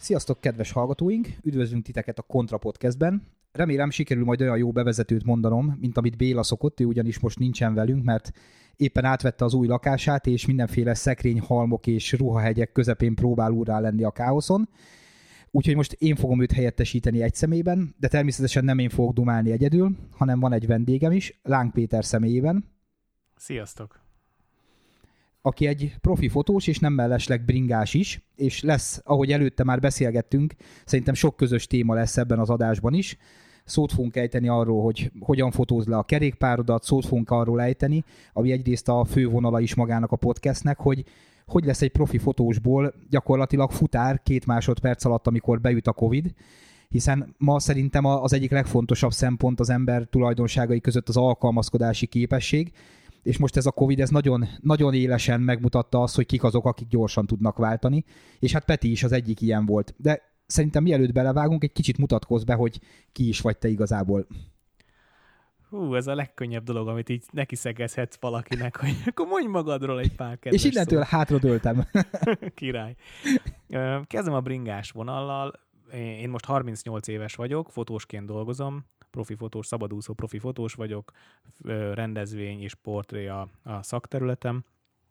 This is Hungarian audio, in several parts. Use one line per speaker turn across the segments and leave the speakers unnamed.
Sziasztok, kedves hallgatóink! Üdvözlünk titeket a Kontra Podcastben. Remélem sikerül majd olyan jó bevezetőt mondanom, mint amit Béla szokott, ő ugyanis most nincsen velünk, mert éppen átvette az új lakását, és mindenféle szekrényhalmok és ruhahegyek közepén próbál úrrá lenni a káoszon. Úgyhogy most én fogom őt helyettesíteni egy személyben, de természetesen nem én fogok dumálni egyedül, hanem van egy vendégem is, Láng Péter személyében.
Sziasztok!
Aki egy profi fotós, és nem mellesleg bringás is, és lesz, ahogy előtte már beszélgettünk, szerintem sok közös téma lesz ebben az adásban is. Szót fogunk ejteni arról, hogy hogyan fotóz le a kerékpárodat, szót fogunk arról ejteni, ami egyrészt a fővonala is magának a podcastnek, hogy lesz egy profi fotósból gyakorlatilag futár 2 másodperc alatt, amikor beüt a Covid, hiszen ma szerintem az egyik legfontosabb szempont az ember tulajdonságai között az alkalmazkodási képesség, és most ez a Covid, ez nagyon, nagyon élesen megmutatta azt, hogy kik azok, akik gyorsan tudnak váltani, és hát Peti is az egyik ilyen volt. De szerintem mielőtt belevágunk, egy kicsit mutatkozz be, hogy ki is vagy te igazából.
Ez a legkönnyebb dolog, amit így neki szegezhetsz valakinek, hogy akkor mondj magadról egy pár kedves
És innentől hátradőltem.
Király. Kezdem a bringás vonallal. Én most 38 éves vagyok, fotósként dolgozom, profi fotós, szabadúszó profi fotós vagyok, rendezvény és portré a szakterületem.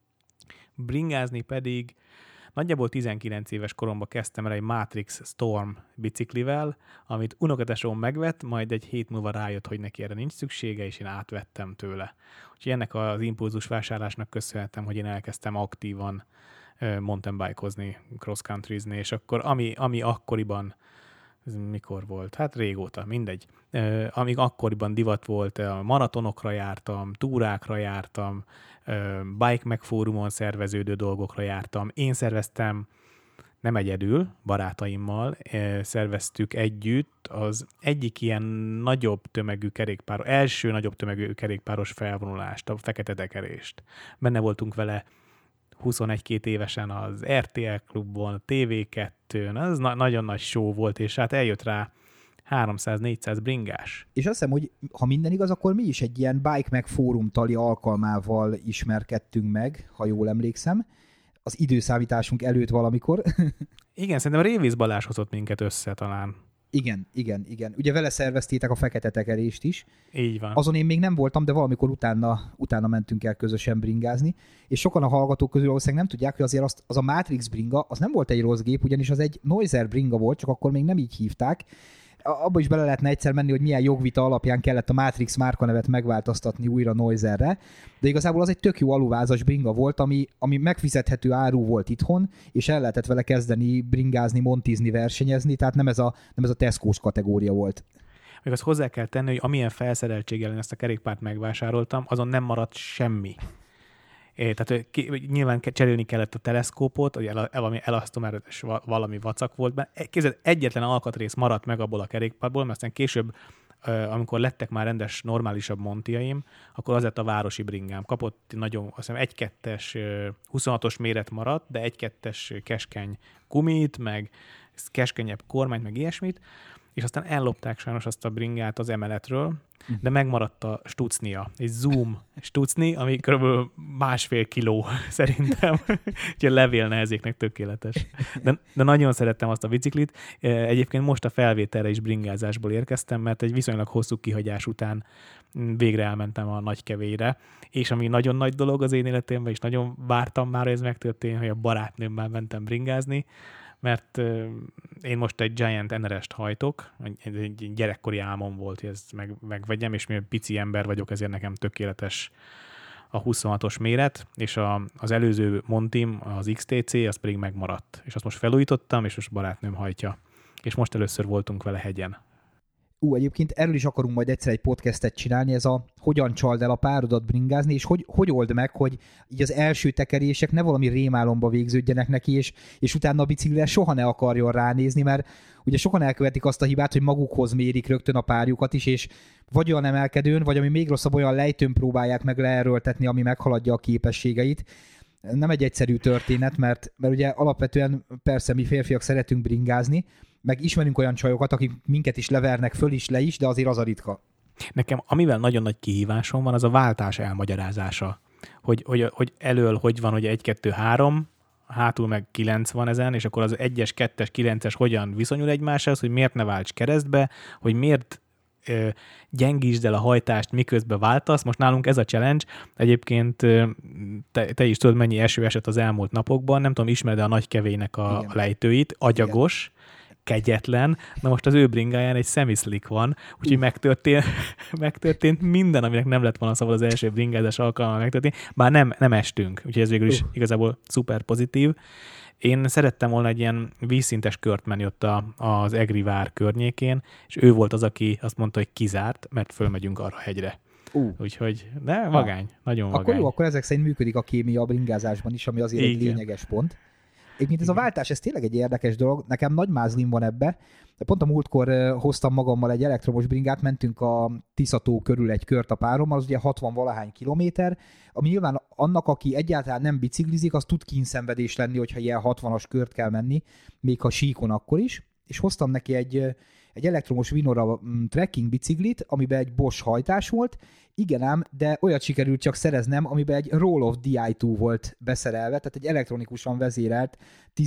Bringázni pedig nagyjából 19 éves koromban kezdtem el egy Matrix Storm biciklivel, amit unokatesóm megvett, majd egy hét múlva rájött, hogy neki erre nincs szüksége, és én átvettem tőle. Úgyhogy ennek az impulzus vásárlásnak köszönhetem, hogy én elkezdtem aktívan mountain bike-ozni, cross-countryzni, és akkor ami akkoriban, ez mikor volt? Hát régóta, mindegy. Amíg akkoriban divat volt, maratonokra jártam, túrákra jártam, Bike Mag fórumon szerveződő dolgokra jártam. Én szerveztem, nem egyedül, barátaimmal szerveztük együtt az egyik ilyen nagyobb tömegű első nagyobb tömegű kerékpáros felvonulást, a Fekete Tekerést. Benne voltunk vele 21-2 évesen az RTL klubban, a TV2-n, az nagyon nagy show volt, és hát eljött rá 300-400 bringás.
És azt hiszem, hogy ha minden igaz, akkor mi is egy ilyen Bike Mag fórumtali alkalmával ismerkedtünk meg, ha jól emlékszem, az időszámításunk előtt valamikor.
Igen, szerintem Révész Balázs hozott minket össze talán.
Igen. Ugye vele szerveztétek a Fekete Tekerést is.
Így van.
Azon én még nem voltam, de valamikor utána mentünk el közösen bringázni, és sokan a hallgatók közül valószínűleg nem tudják, hogy azért az a Matrix bringa, az nem volt egy rossz gép, ugyanis az egy Noiser bringa volt, csak akkor még nem így hívták. Abba is bele lehetne egyszer menni, hogy milyen jogvita alapján kellett a Matrix márkanevet megváltoztatni újra Noiserre, de igazából az egy tök jó aluvázas bringa volt, ami megfizethető áru volt itthon, és el lehetett vele kezdeni bringázni, montizni, versenyezni, tehát nem ez a Tesco-s kategória volt.
Még azt hozzá kell tenni, hogy amilyen felszereltséggel én ezt a kerékpárt megvásároltam, azon nem maradt semmi. Tehát nyilván cserélni kellett a teleszkópot, valami elasztomeres valami vacak volt benne. Képzeld, egyetlen alkatrész maradt meg abból a kerékpárból, mert aztán később, amikor lettek már rendes, normálisabb montiaim, akkor az lett a városi bringám. Kapott nagyon, azt hiszem 1-2-es 26-os méret maradt, de 1-2-es keskeny gumit, meg keskenyebb kormányt, meg ilyesmit, és aztán ellopták sajnos azt a bringát az emeletről, de megmaradt a stucnia, egy Zoom stucni, ami kb. 1,5 kiló szerintem. Úgyhogy levélnehezéknek tökéletes. De nagyon szerettem azt a biciklit. Egyébként most a felvételre is bringázásból érkeztem, mert egy viszonylag hosszú kihagyás után végre elmentem a Nagykevélyre, és ami nagyon nagy dolog az én életemben, és nagyon vártam már, hogy ez megtörténjen, hogy a barátnőmmel mentem bringázni, mert én most egy Giant NRS-t hajtok, egy gyerekkori álmom volt, hogy ezt megvegyem, és mivel pici ember vagyok, ezért nekem tökéletes a 26-os méret, és az előző Montim, az XTC, az pedig megmaradt. És azt most felújítottam, és most barátnőm hajtja. És most először voltunk vele hegyen.
Egyébként erről is akarunk majd egyszer egy podcastet csinálni, ez a hogyan csald el a párodat bringázni, és hogy old meg, hogy így az első tekerések ne valami rémálomba végződjenek neki, és utána a biciklire soha ne akarjon ránézni, mert ugye sokan elkövetik azt a hibát, hogy magukhoz mérik rögtön a párjukat is, és vagy olyan emelkedőn, vagy ami még rosszabb, olyan lejtőn próbálják meg leerőltetni, ami meghaladja a képességeit. Nem egy egyszerű történet, mert ugye alapvetően persze mi férfiak szeretünk bringázni, meg ismerünk olyan csajokat, akik minket is levernek föl is, le is, de azért az a ritka.
Nekem amivel nagyon nagy kihívásom van, az a váltás elmagyarázása. Hogy elől hogy van, hogy 1, 2, 3, hátul meg 9 van ezen, és akkor az 1-es, 2-es, 9-es hogyan viszonyul egymáshoz, hogy miért ne válts keresztbe, hogy miért gyengítsd el a hajtást, miközben váltasz. Most nálunk ez a challenge. Egyébként te is tudod, mennyi eső esett az elmúlt napokban. Nem tudom, ismered a nagy kevének a lejtőit. Agyagos, kegyetlen. Na most az ő bringáján egy semi-slick van, úgyhogy megtörtént minden, aminek nem lett volna szabad az első bringázás alkalommal megtörténni. Bár nem estünk, úgyhogy ez végül is igazából szuper pozitív. Én szerettem volna egy ilyen vízszintes kört menni ott az Egri vár környékén, és ő volt az, aki azt mondta, hogy kizárt, mert fölmegyünk arra a hegyre. Úgyhogy, de vagány, nagyon vagány.
Akkor jó, akkor ezek szerint működik a kémia a bringázásban is, ami azért egy lényeges pont. Egyébként ez a váltás, ez tényleg egy érdekes dolog. Nekem nagy mázlim van ebbe. De pont a múltkor hoztam magammal egy elektromos bringát, mentünk a Tiszató körül egy kört a párommal, az ugye 60-valahány kilométer, ami nyilván annak, aki egyáltalán nem biciklizik, az tud kínszenvedés lenni, hogyha ilyen 60-as kört kell menni, még ha síkon akkor is. És hoztam neki egy elektromos Winora trekking biciklit, amiben egy Bosch hajtás volt, igen ám, de olyat sikerült csak szereznem, amiben egy Roll-Off Di2 volt beszerelve, tehát egy elektronikusan vezérelt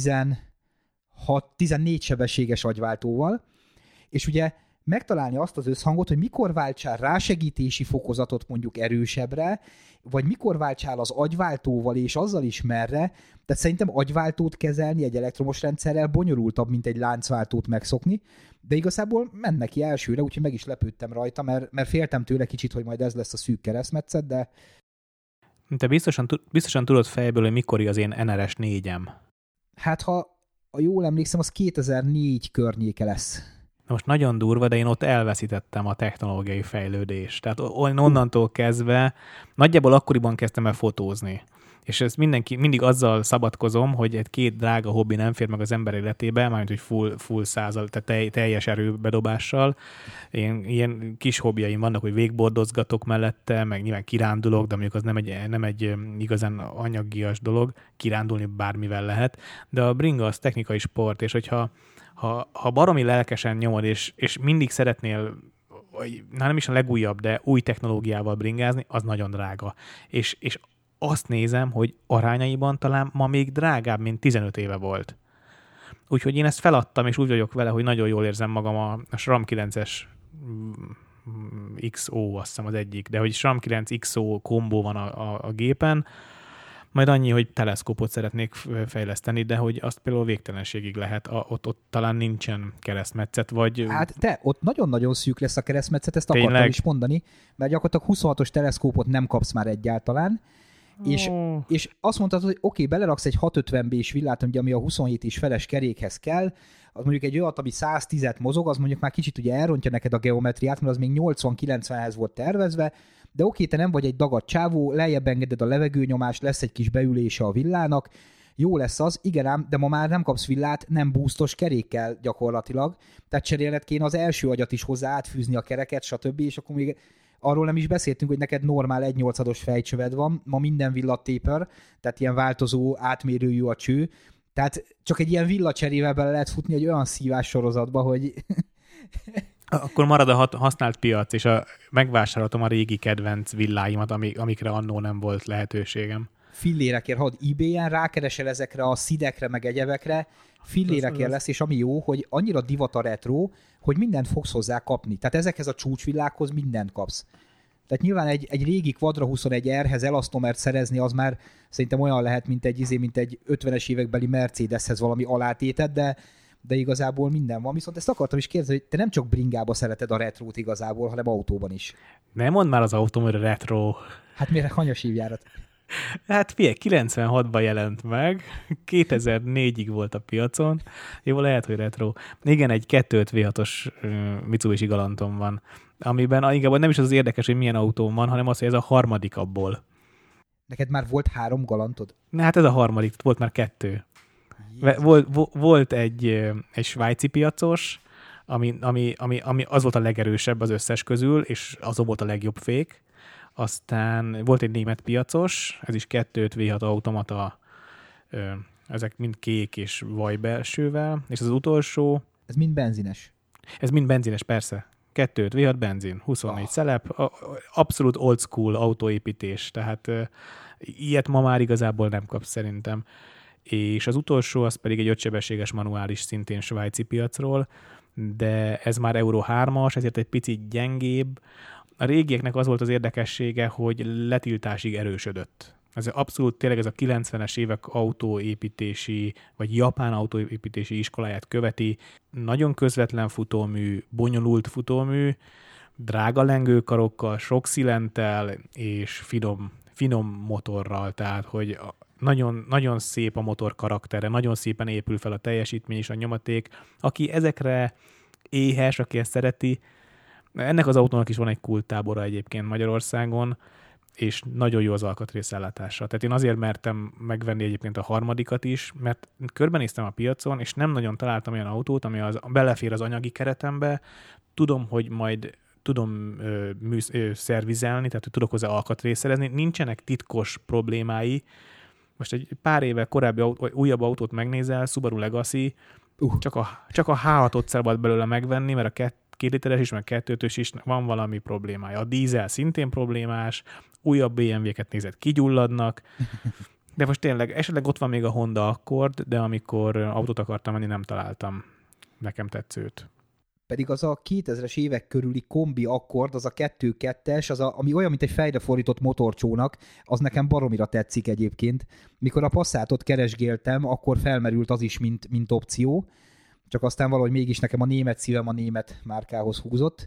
14 sebességes agyváltóval, és ugye megtalálni azt az összhangot, hogy mikor váltsál rásegítési fokozatot mondjuk erősebbre, vagy mikor váltsál az agyváltóval, és azzal is merre, tehát szerintem agyváltót kezelni egy elektromos rendszerrel bonyolultabb, mint egy láncváltót megszokni, de igazából ment neki elsőre, úgyhogy meg is lepődtem rajta, mert féltem tőle kicsit, hogy majd ez lesz a szűk keresztmetszet, de...
Te biztosan tudod fejből, hogy mikori az én NRS 4-em.
Hát ha jól emlékszem, az 2004 környéke lesz.
Most nagyon durva, de én ott elveszítettem a technológiai fejlődést. Tehát onnantól kezdve nagyjából akkoriban kezdtem el fotózni. És ezt mindig azzal szabadkozom, hogy egy két drága hobbi nem fér meg az ember életébe, mármint hogy full százal, tehát teljes erőbedobással. Ilyen kis hobbiaim vannak, hogy végbordozgatok mellette, meg nyilván kirándulok, de mondjuk az nem egy igazán anyagias dolog, kirándulni bármivel lehet. De a bringa az technikai sport, és hogyha baromi lelkesen nyomod, és mindig szeretnél, nem is a legújabb, de új technológiával bringázni, az nagyon drága. És azt nézem, hogy arányaiban talán ma még drágább, mint 15 éve volt. Úgyhogy én ezt feladtam, és úgy vagyok vele, hogy nagyon jól érzem magam a SRAM 9-es XO, azt hiszem az egyik, de hogy SRAM 9 XO kombó van a gépen, majd annyi, hogy teleszkópot szeretnék fejleszteni, de hogy azt például végtelenségig lehet. Ott talán nincsen keresztmetszet, vagy...
Hát ott nagyon-nagyon szűk lesz a keresztmetszet, ezt akartam is mondani, mert gyakorlatilag 26-os teleszkópot nem kapsz már egyáltalán, és azt mondtad, hogy oké, beleraksz egy 650B-s villát, ami a 27 és feles kerékhez kell, az mondjuk egy olyat, ami 110-et mozog, az mondjuk már kicsit ugye elrontja neked a geometriát, mert az még 80-90-hez volt tervezve, de oké, te nem vagy egy dagadt csávó, lejjebb engeded a levegőnyomást, lesz egy kis beülése a villának, jó lesz az, igen ám, de ma már nem kapsz villát, nem boostos kerékkel gyakorlatilag, tehát cserélned kéne az első agyat is hozzá, átfűzni a kereket, stb. És akkor még arról nem is beszéltünk, hogy neked normál 1/8-os fejcsöved van, ma minden villataper, tehát ilyen változó, átmérőjű a cső, tehát csak egy ilyen villacserével bele lehet futni egy olyan szívás sorozatba, hogy...
Akkor marad a használt piac, és megvásároltam a régi kedvenc villáimat, amikre annó nem volt lehetőségem.
Fillérekért, ha eBay-en rákeresel ezekre a szidekre, meg egyebekre, fillérekért lesz, és ami jó, hogy annyira divat a retro, hogy mindent fogsz hozzá kapni. Tehát ezekhez a csúcsvillákhoz mindent kapsz. Tehát nyilván egy régi Quadra 21R-hez elasztomert szerezni, az már szerintem olyan lehet, mint egy 50-es évekbeli Mercedeshez valami alátéted, de igazából minden van. Viszont ezt akartam is kérdezni, hogy te nem csak bringába szereted a retrót igazából, hanem autóban is.
Nem mondd már az autóm, hogy retro.
Hát miért hanyas évjárat?
Hát figyelj, 96-ban jelent meg, 2004-ig volt a piacon, jó, lehet, hogy retro. Igen, egy 2.5 V6-os Mitsubishi Galantom van, amiben igazából nem is az érdekes, hogy milyen autóm van, hanem az, hogy ez a harmadik abból.
Neked már volt 3 Galantod?
Na, hát ez a harmadik, volt már 2. Volt egy svájci piacos, ami az volt a legerősebb az összes közül, és azon volt a legjobb fék. Aztán volt egy német piacos, ez is 2.5 V6 automata, ezek mind kék és vajbelsővel, és az utolsó...
Ez mind benzines?
Ez mind benzines, persze. 2.5 V6 benzin, 24 szelep, abszolút old school autóépítés, tehát ilyet ma már igazából nem kapsz szerintem. és az utolsó az pedig egy 5-sebességes manuális, szintén svájci piacról, de ez már Euro 3-as, ezért egy picit gyengébb. A régieknek az volt az érdekessége, hogy letiltásig erősödött. Ez abszolút tényleg ez a 90-es évek autóépítési, vagy japán autóépítési iskoláját követi. Nagyon közvetlen futómű, bonyolult futómű, drága lengőkarokkal, sok szilenttel és finom motorral, tehát hogy nagyon, nagyon szép a motor karaktere, nagyon szépen épül fel a teljesítmény és a nyomaték. Aki ezekre éhes, aki ezt szereti, ennek az autónak is van egy kulttábora egyébként Magyarországon, és nagyon jó az alkatrészellátása. Tehát én azért mertem megvenni egyébként a harmadikat is, mert körbenéztem a piacon, és nem nagyon találtam olyan autót, ami belefér az anyagi keretembe, tudom, hogy majd tudom szervizelni, tehát hogy tudok hozzá alkatrészerezni, nincsenek titkos problémái. Most egy pár éve korábbi újabb autót megnézel, Subaru Legacy, csak a H6-ot szabad belőle megvenni, mert a 2 literes is, meg 2.5-ös is van valami problémája. A dízel szintén problémás, újabb BMW-ket nézett, kigyulladnak, de most tényleg esetleg ott van még a Honda Accord, de amikor autót akartam venni, nem találtam nekem tetszőt.
Pedig az a 2000-es évek körüli kombi Accord, az a 2.2-es, ami olyan, mint egy fejre fordított motorcsónak, az nekem baromira tetszik egyébként. Mikor a Passatot keresgéltem, akkor felmerült az is, mint opció, csak aztán valahogy mégis nekem a német szívem a német márkához húzott.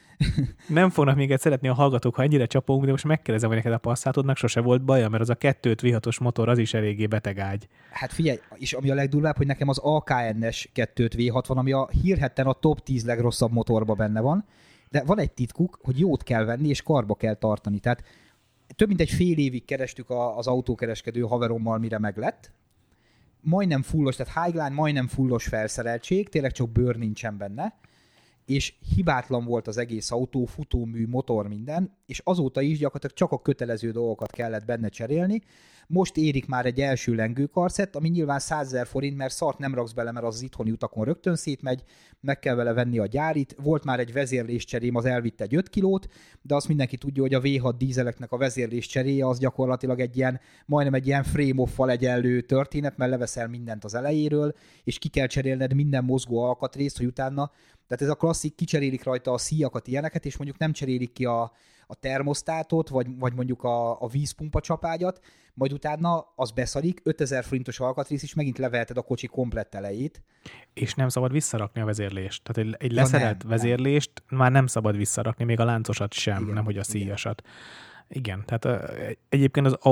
Nem fognak még szeretni a hallgatók, ha ennyire csapunk, de most megkérdezem, hogy neked a Passatodnak sose volt baja, mert az a 2.5 V6-os motor az is eléggé beteg ágy.
Hát figyelj, és ami a legdurvább, hogy nekem az AKN-es 2.5 V6 van, ami a hírhedten a top 10 legrosszabb motorba benne van, de van egy titkuk, hogy jót kell venni, és karba kell tartani. Tehát több mint egy fél évig kerestük az autókereskedő haverommal, mire meglett. Majdnem fullos, tehát Highline majdnem fullos felszereltség, tényleg csak bőr nincsen benne, és hibátlan volt az egész autó, futómű, motor, minden, és azóta is gyakorlatilag csak a kötelező dolgokat kellett benne cserélni. Most érik már egy első lengőkarszett, ami nyilván 100 000 forint, mert szart nem raksz bele, mert az itthoni utakon rögtön szétmegy, meg kell vele venni a gyárit. Volt már egy vezérléscserém, az elvitt egy 5 kilót, de azt mindenki tudja, hogy a V6 dízeleknek a vezérléscseréje az gyakorlatilag majdnem egy ilyen frame-off-val egyenlő történet, mert leveszel mindent az elejéről, és ki kell cserélned minden mozgó alkatrészt, hogy utána. Tehát ez a klasszik, kicserélik rajta a szíjakat, ilyeneket, és mondjuk nem cserélik ki a termosztátot, vagy mondjuk a vízpumpa csapágyat, majd utána az beszarik, 5000 forintos alkatrész, és megint leveheted a kocsi komplett elejét.
És nem szabad visszarakni a vezérlést. Tehát egy leszerelt vezérlést már nem szabad visszarakni, még a láncosat sem, igen, nemhogy a szíjasat. Igen, tehát egyébként az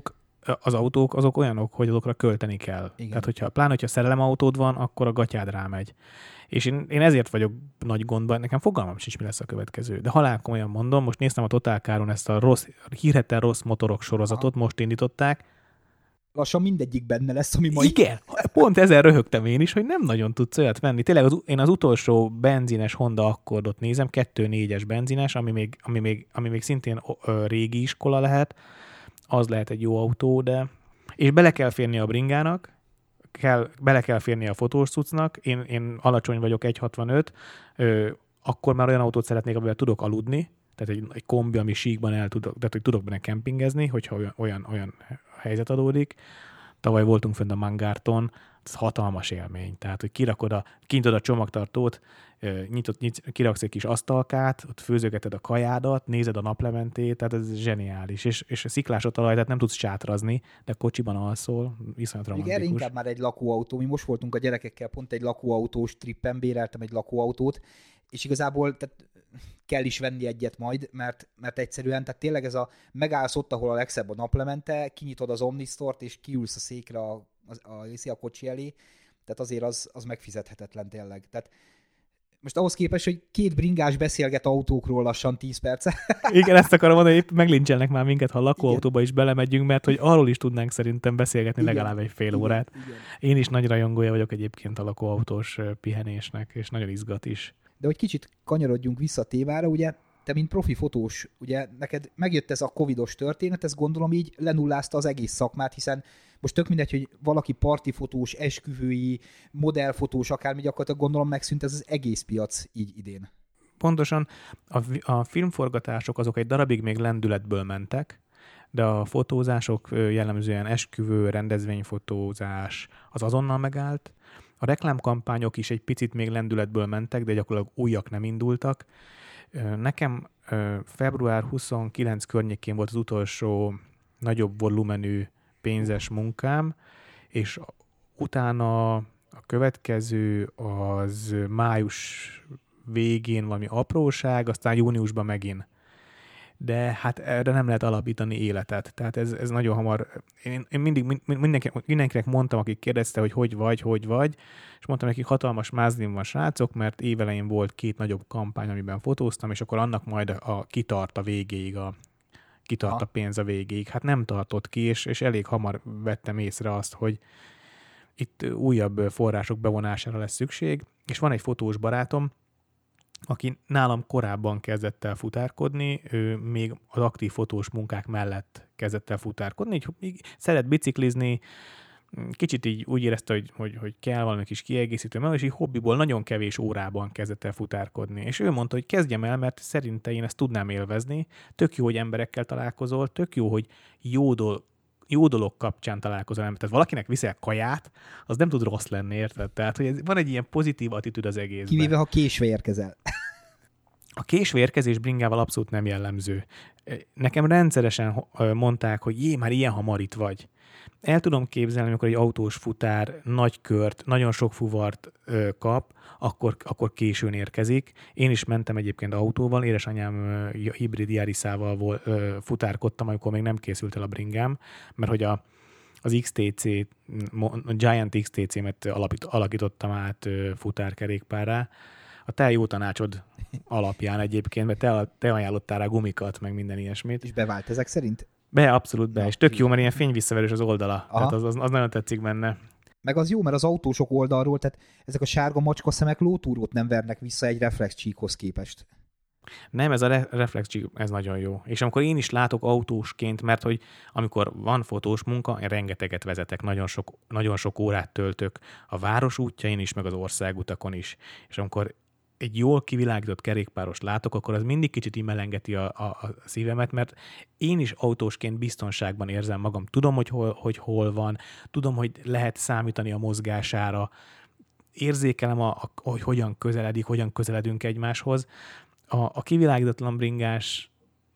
autók azok olyanok, hogy azokra költeni kell. Igen. Tehát hogyha szerelemautód van, akkor a gatyád rámegy. És én ezért vagyok nagy gondban, nekem fogalmam sincs, mi lesz a következő. De halálkomolyan mondom, most néztem a Total Car-on ezt a hírhedten rossz motorok sorozatot, most indították.
Lassan mindegyik benne lesz, ami majd...
Igen, pont ezen röhögtem én is, hogy nem nagyon tudsz olyat venni. Tényleg én az utolsó benzines Honda Accordot nézem, 2.4-es benzines, ami még szintén régi iskola lehet, az lehet egy jó autó, de... És bele kell férni a bringának, bele kell férni a fotós cuccnak, én alacsony vagyok, 1,65, akkor már olyan autót szeretnék, amivel tudok aludni, tehát egy kombi, ami síkban tehát hogy tudok benne kempingezni, hogyha olyan helyzet adódik. Tavaly voltunk fönt a Mangárton, ez hatalmas élmény. Tehát, hogy kinyitod a csomagtartót, kiraksz egy kis asztalkát, ott főzögeted a kajádat, nézed a naplementét, tehát ez zseniális. És a sziklás a talaj, tehát nem tudsz sátrazni, de kocsiban alszol, viszonyat romantikus.
Igen, inkább már egy lakóautó. Mi most voltunk a gyerekekkel, pont egy lakóautós trippen, béreltem egy lakóautót, és igazából tehát kell is venni egyet majd, mert egyszerűen, tehát tényleg ez megállsz ott, ahol a legszebb a naplemente, kinyitod az Omnistort, és kiülsz a székre a kocsi elé, tehát azért az megfizethetetlen tényleg. Tehát most ahhoz képest, hogy 2 bringás beszélget autókról lassan 10 perce.
Igen, ezt akarom mondani, hogy meglincselnek már minket, ha lakóautóba is belemegyünk, mert hogy arról is tudnánk szerintem beszélgetni legalább egy fél órát. Igen. Én is nagy rajongója vagyok egyébként a lakóautós pihenésnek, és nagyon izgat is.
De hogy kicsit kanyarodjunk vissza a témára, ugye te, mint profi fotós, ugye neked megjött ez a covidos történet, ez gondolom így lenullázta az egész szakmát, hiszen most tök mindegy, hogy valaki partifotós, esküvői, modellfotós, akármi, gyakorlatilag gondolom megszűnt ez az egész piac így idén.
Pontosan a filmforgatások azok egy darabig még lendületből mentek, de a fotózások jellemzően esküvő, rendezvényfotózás az azonnal megállt. A reklámkampányok is egy picit még lendületből mentek, de gyakorlatilag újak nem indultak. Nekem február 29 környékén volt az utolsó nagyobb volumenű pénzes munkám, és utána a következő az május végén valami apróság, aztán júniusban megint. De hát erre nem lehet alapítani életet. Tehát ez nagyon hamar... Én mindig mindenkinek mondtam, akik kérdezte, hogy vagy, és mondtam nekik, hatalmas mázlim van, srácok, mert évelején volt 2 nagyobb kampány, amiben fotóztam, és akkor annak majd kitart a végéig, kitart a pénz a végéig. Hát nem tartott ki, és elég hamar vettem észre azt, hogy itt újabb források bevonására lesz szükség, és van egy fotós barátom, aki nálam korábban kezdett el futárkodni, ő még az aktív fotós munkák mellett kezdett el futárkodni, így szeret biciklizni, kicsit így úgy érezte, hogy kell valami kis kiegészítő, és így hobbiból nagyon kevés órában kezdett el futárkodni. És ő mondta, hogy kezdjem el, mert szerinte én ezt tudnám élvezni, tök jó, hogy emberekkel találkozol, tök jó, hogy jó dolog kapcsán találkozol, tehát valakinek viszel kaját, az nem tud rossz lenni, érted? Tehát, hogy van egy ilyen pozitív attitűd az egészben.
Kivéve, ha késve érkezel.
A késve érkezés bringával abszolút nem jellemző. Nekem rendszeresen mondták, hogy már ilyen hamar itt vagy. El tudom képzelni, amikor egy autós futár nagy kört, nagyon sok fuvart kap, akkor későn érkezik. Én is mentem egyébként autóval, édesanyám hibrid Yarisával futárkodtam, amikor még nem készült el a bringám, mert hogy az XTC, a Giant XTC-met alakítottam át futárkerékpárrá. A te jó tanácsod alapján egyébként, mert te ajánlottál rá gumikat, meg minden ilyesmit.
És bevált ezek szerint?
Abszolút be, és tök jó, mert ilyen fényvisszaverős az oldala. Aha. Tehát az nagyon tetszik benne.
Meg az jó, mert az autósok oldalról, tehát ezek a sárga macska szemek lótúrót nem vernek vissza egy reflexcsíkhoz képest.
Nem, ez a reflexcsík, ez nagyon jó. És amikor én is látok autósként, mert hogy amikor van fotós munka, én rengeteget vezetek, nagyon sok órát töltök a város útjain is, meg az országutakon is. És amikor egy jól kivilágított kerékpárost látok, akkor az mindig kicsit imelengeti a szívemet, mert én is autósként biztonságban érzem magam. Tudom, hogy hol van, tudom, hogy lehet számítani a mozgására, érzékelem, hogy hogyan közeledünk egymáshoz. A kivilágítatlan bringás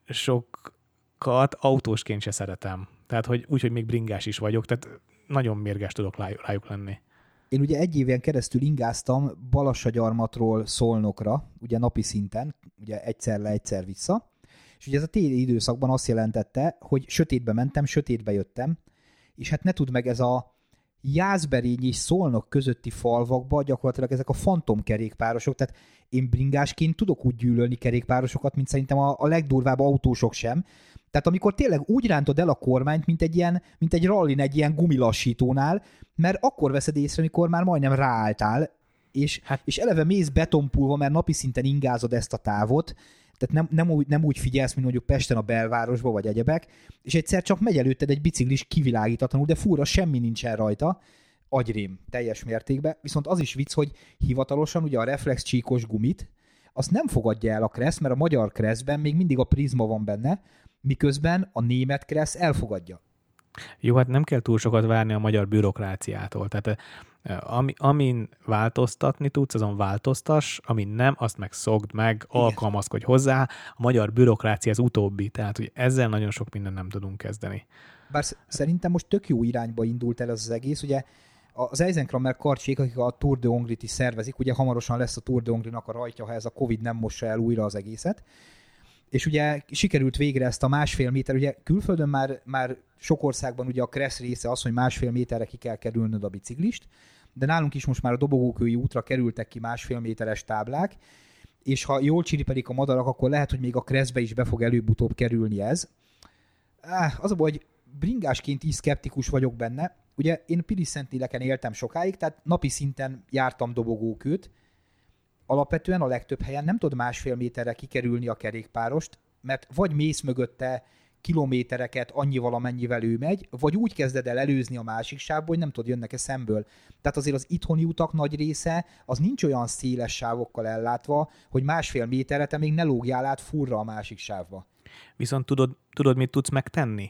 sokat autósként se szeretem. Tehát, hogy úgy, még bringás is vagyok, tehát nagyon mérges tudok rájuk lenni.
Én ugye 1 éven keresztül ingáztam Balassagyarmatról Szolnokra, ugye napi szinten, ugye egyszer le, egyszer vissza, és ugye ez a téli időszakban azt jelentette, hogy sötétbe mentem, sötétbe jöttem, és hát ne tudd meg, ez a Jászberény és Szolnok közötti falvakba gyakorlatilag ezek a fantomkerékpárosok, tehát én bringásként tudok úgy gyűlölni kerékpárosokat, mint szerintem a legdurvább autósok sem. Tehát amikor tényleg úgy rántod el a kormányt, mint egy rallin egy ilyen gumilassítónál, mert akkor veszed észre, amikor már majdnem ráálltál, és eleve mész betonpulva, mert napi szinten ingázod ezt a távot, tehát nem úgy figyelsz, mint mondjuk Pesten a belvárosba, vagy egyebek, és egyszer csak megy előtted egy biciklis kivilágítatlanul, de fúra, semmi nincsen rajta, agyrém teljes mértékben, viszont az is vicc, hogy hivatalosan ugye a reflexcsíkos gumit, azt nem fogadja el a Kressz, mert a magyar Kresszben még mindig a prizma van benne, miközben a német Kressz elfogadja.
Jó, hát nem kell túl sokat várni a magyar bürokráciától. Tehát amin változtatni tudsz, azon változtass, amin nem, azt meg szokd meg, alkalmazkodj hozzá. A magyar bürokrácia az utóbbi, tehát hogy ezzel nagyon sok mindent nem tudunk kezdeni.
Bár szerintem most tök jó irányba indult el ez az egész, ugye az Eisenkramer karcsék, akik a Tour de Hongrit is szervezik, ugye hamarosan lesz a Tour de Hongrinak a rajtja, ha ez a Covid nem mossa el újra az egészet. És ugye sikerült végre ezt a 1,5 méter, ugye külföldön már sok országban ugye a Kressz része az, hogy 1,5 méterre ki kell kerülnöd a biciklist, de nálunk is most már a Dobogókői útra kerültek ki 1,5 méteres táblák, és ha jól csiripelik a madarak, akkor lehet, hogy még a Kresszbe is be fog előbb-utóbb kerülni ez. Az a baj, hogy bringásként is szkeptikus vagyok benne. Ugye én Pilis-Szentléleken éltem sokáig, tehát napi szinten jártam Dobogókőt. Alapvetően a legtöbb helyen nem tud 1,5 méterre kikerülni a kerékpárost, mert vagy mész mögötte kilométereket annyival, amennyivel ő megy, vagy úgy kezded el előzni a másik sávból, hogy nem tudod, jönnek-e szemből. Tehát azért az itthoni utak nagy része, az nincs olyan széles sávokkal ellátva, hogy 1,5 méterre te még ne lógjál át furra a másik sávba.
Viszont tudod, mit tudsz megtenni?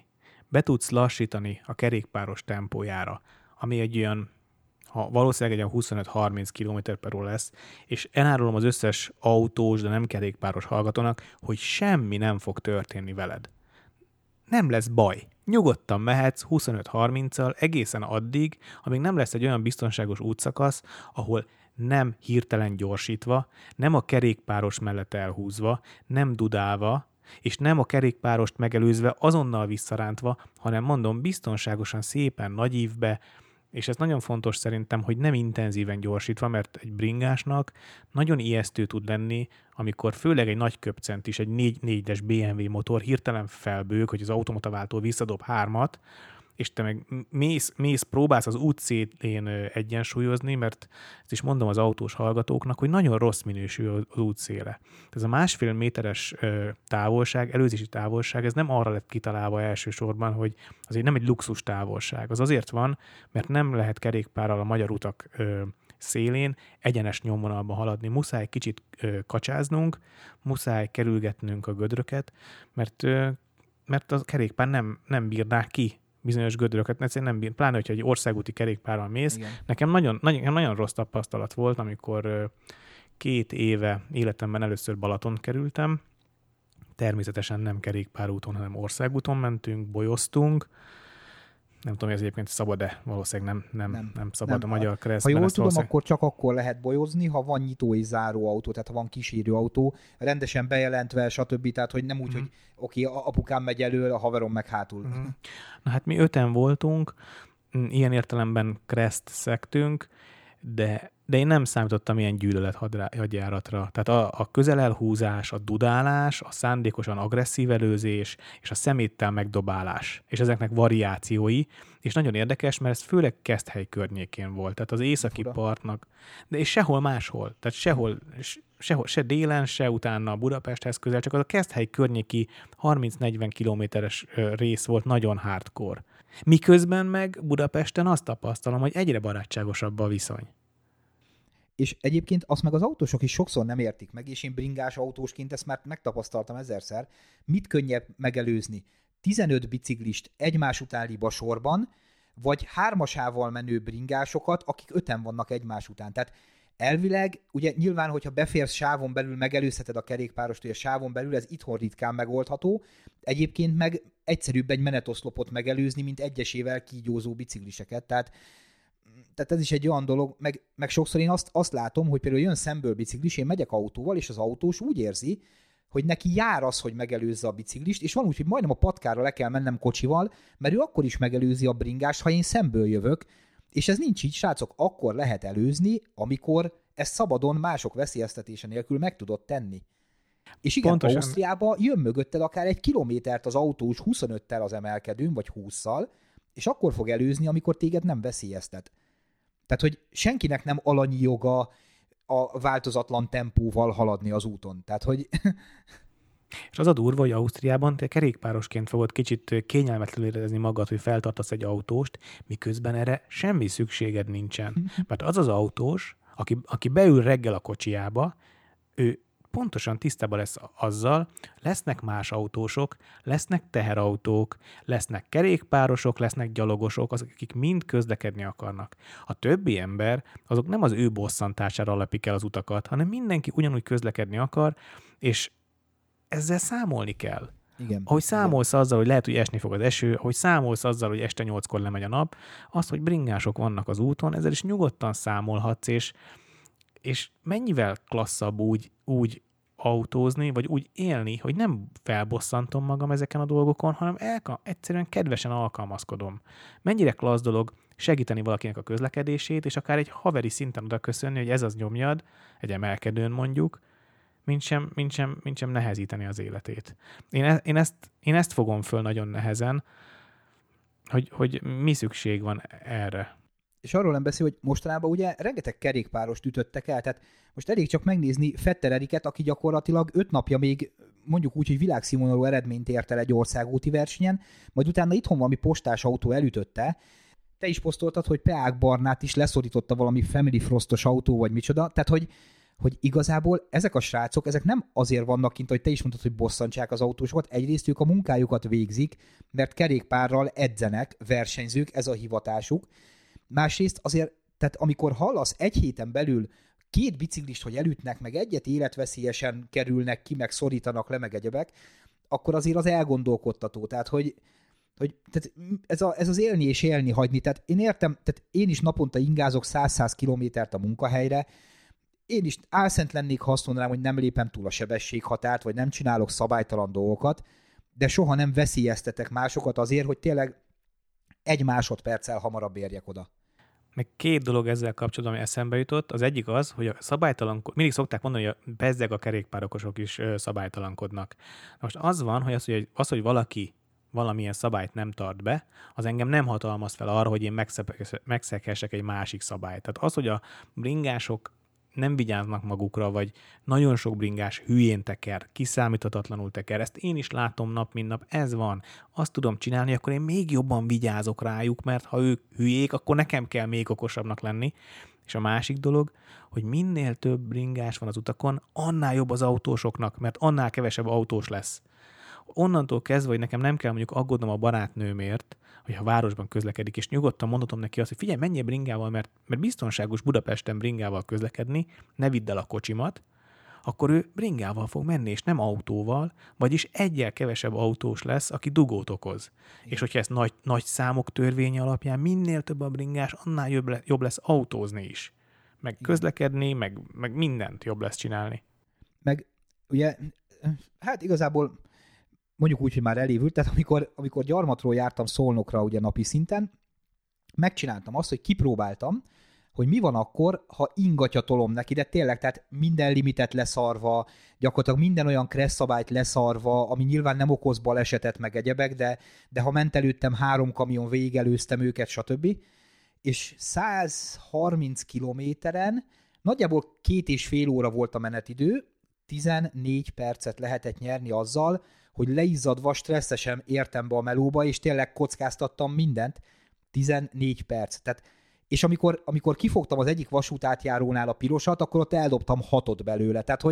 be tudsz lassítani a kerékpáros tempójára, ami egy olyan, valószínűleg egy olyan 25-30 km/h lesz, és elárulom az összes autós, de nem kerékpáros hallgatónak, hogy semmi nem fog történni veled. Nem lesz baj. Nyugodtan mehetsz 25-30-al egészen addig, amíg nem lesz egy olyan biztonságos útszakasz, ahol nem hirtelen gyorsítva, nem a kerékpáros mellett elhúzva, nem dudálva, és nem a kerékpárost megelőzve, azonnal visszarántva, hanem mondom, biztonságosan, szépen, nagy ívbe, és ez nagyon fontos szerintem, hogy nem intenzíven gyorsítva, mert egy bringásnak nagyon ijesztő tud lenni, amikor főleg egy nagy köpcent is, egy 4-4-es BMW motor hirtelen felbőg, hogy az automataváltó visszadob 3-at, és te meg próbálsz az útszélén egyensúlyozni, mert ezt is mondom az autós hallgatóknak, hogy nagyon rossz minősű az útszéle. Ez a 1,5 méteres távolság, előzési távolság, ez nem arra lett kitalálva elsősorban, hogy azért nem egy luxus távolság. Az azért van, mert nem lehet kerékpárral a magyar utak szélén egyenes nyomvonalban haladni. Muszáj kicsit kacsáznunk, muszáj kerülgetnünk a gödröket, mert a kerékpár nem bírná ki bizonyos gödröket, egyszerűen nem bír, pláne, hogyha egy országúti kerékpárral mész. Igen. Nekem nagyon rossz tapasztalat volt, amikor 2 éve életemben először Balaton kerültem. Természetesen nem kerékpárúton, hanem országúton mentünk, bolyoztunk. Nem tudom, hogy ez egyébként szabad-e, valószínűleg nem szabad nem. A magyar keresztben.
Ha jól tudom, akkor csak akkor lehet bolyozni, ha van nyitó és záró autó, tehát ha van kísérő autó, rendesen bejelentve, stb. Tehát, hogy nem úgy, hogy oké, apukám megy elől, a haverom meg hátul.
Na hát mi 5-en voltunk, ilyen értelemben kereszt szektünk, de én nem számítottam ilyen gyűlölet hadjáratra. Tehát a közelelhúzás, a dudálás, a szándékosan agresszív előzés és a szeméttel megdobálás, és ezeknek variációi, és nagyon érdekes, mert ez főleg Keszthely környékén volt, tehát az északi partnak, de és sehol máshol, tehát sehol, se délen, se utána Budapesthez közel, csak az a Keszthely környéki 30-40 kilométeres rész volt nagyon hardcore. Miközben meg Budapesten azt tapasztalom, hogy egyre barátságosabb a viszony.
És egyébként azt meg az autósok is sokszor nem értik meg, és én bringás autósként ezt már megtapasztaltam 1000-szer. Mit könnyebb megelőzni? 15 biciklist egymás után liba sorban, vagy 3-asával menő bringásokat, akik 5-en vannak egymás után. Tehát elvileg, ugye nyilván, hogyha beférsz sávon belül, megelőzheted a kerékpárost, hogy a sávon belül ez itthon ritkán megoldható, egyébként meg egyszerűbb egy menetoszlopot megelőzni, mint egyesével kígyózó bicikliseket. Tehát ez is egy olyan dolog, meg sokszor én azt látom, hogy például jön szemből biciklis, én megyek autóval, és az autós úgy érzi, hogy neki jár az, hogy megelőzze a biciklist, és van úgy, hogy majdnem a patkára le kell mennem kocsival, mert ő akkor is megelőzi a bringást, ha én szemből jövök, és ez nincs így, srácok, akkor lehet előzni, amikor ezt szabadon mások veszélyeztetése nélkül meg tudod tenni. És igen, pontosan. Ausztriában jön mögötted akár 1 kilométert az autós 25-tel az emelkedőn, vagy 20-szal, és akkor fog előzni, amikor téged nem veszélyeztet. Tehát, hogy senkinek nem alanyi joga a változatlan tempóval haladni az úton. Tehát, hogy...
És az a durva, hogy Ausztriában te kerékpárosként fogod kicsit kényelmetlenül érezni magad, hogy feltartasz egy autóst, miközben erre semmi szükséged nincsen. Mert az autós, aki beül reggel a kocsiába, ő pontosan tisztában lesz azzal, lesznek más autósok, lesznek teherautók, lesznek kerékpárosok, lesznek gyalogosok, azok, akik mind közlekedni akarnak. A többi ember, azok nem az ő bosszantására alapik el az utakat, hanem mindenki ugyanúgy közlekedni akar, és ezzel számolni kell.
Igen.
Ahogy számolsz azzal, hogy lehet, hogy esni fog az eső, ahogy számolsz azzal, hogy este 8-kor lemegy a nap, az, hogy bringások vannak az úton, ezzel is nyugodtan számolhatsz, és mennyivel klasszabb úgy autózni, vagy úgy élni, hogy nem felbosszantom magam ezeken a dolgokon, hanem egyszerűen kedvesen alkalmazkodom. Mennyire klassz dolog segíteni valakinek a közlekedését, és akár egy haveri szinten oda köszönni, hogy ez az nyomjad, egy emelkedőn mondjuk, mint sem nehezíteni az életét. Én ezt fogom föl nagyon nehezen, hogy mi szükség van erre.
És arról nem beszél, hogy mostanában ugye rengeteg kerékpárost ütöttek el, tehát most elég csak megnézni Fetter Eriket, aki gyakorlatilag 5 napja még mondjuk úgy, hogy világszínvonalú eredményt ért el egy országúti versenyen, majd utána itthon valami postás autó elütötte. Te is posztoltad, hogy Peák Barnát is leszorította valami Family Frostos autó, vagy micsoda, tehát hogy igazából ezek a srácok, ezek nem azért vannak kint, hogy te is mondtad, hogy bosszantsák az autósokat, egyrészt ők a munkájukat végzik, mert kerékpárral edzenek, versenyzők, ez a hivatásuk. Másrészt azért, tehát amikor hallasz egy héten belül 2 biciklist, hogy elütnek, meg egyet életveszélyesen kerülnek ki, meg szorítanak le, meg egyebek, akkor azért az elgondolkodtató. Tehát, hogy tehát ez az élni és élni hagyni. Tehát én értem, tehát én is naponta ingázok 100-100 kilométert a munkahelyre, én is álszent lennék, ha azt mondanám, hogy nem lépem túl a sebességhatárt, vagy nem csinálok szabálytalan dolgokat, de soha nem veszélyeztetek másokat azért, hogy tényleg 1 másodperccel hamarabb érjek oda.
Meg 2 dolog ezzel kapcsolatban, ami eszembe jutott. Az egyik az, hogy a mindig szokták mondani, hogy bezzeg a kerékpárokosok is szabálytalankodnak. Most az van, hogy hogy valaki valamilyen szabályt nem tart be, az engem nem hatalmaz fel arra, hogy én megszekhessek egy másik szabályt. Tehát az, hogy a bringások nem vigyáznak magukra, vagy nagyon sok bringás hülyén teker, kiszámíthatatlanul teker, ezt én is látom nap, mint nap, ez van. Azt tudom csinálni, akkor én még jobban vigyázok rájuk, mert ha ők hülyék, akkor nekem kell még okosabbnak lenni. És a másik dolog, hogy minél több bringás van az utakon, annál jobb az autósoknak, mert annál kevesebb autós lesz. Onnantól kezdve, hogy nekem nem kell mondjuk aggódnom a barátnőmért, hogyha városban közlekedik, és nyugodtan mondhatom neki azt, hogy figyelj, menjél bringával, mert biztonságos Budapesten bringával közlekedni, ne vidd el a kocsimat, akkor ő bringával fog menni, és nem autóval, vagyis egyel kevesebb autós lesz, aki dugót okoz. Igen. És hogyha ezt nagy számok törvénye alapján minél több a bringás, annál jobb lesz autózni is. Meg közlekedni, meg mindent jobb lesz csinálni.
Meg ugye, hát igazából mondjuk úgy, hogy már elévült, tehát amikor Gyarmatról jártam Szolnokra ugye napi szinten, megcsináltam azt, hogy kipróbáltam, hogy mi van akkor, ha ingatja tolom neki, de tényleg, tehát minden limitet leszarva, gyakorlatilag minden olyan kressz szabályt leszarva, ami nyilván nem okoz balesetet meg egyebek, de ha ment előttem 3 kamion, végigelőztem őket, stb. És 130 kilométeren nagyjából 2,5 óra volt a menetidő, 14 percet lehetett nyerni azzal, hogy leizzadva, stresszesen értem be a melóba, és tényleg kockáztattam mindent, 14 perc. Tehát, és amikor kifogtam az egyik vasútátjárónál a pirosat, akkor ott eldobtam 6 belőle. Tehát,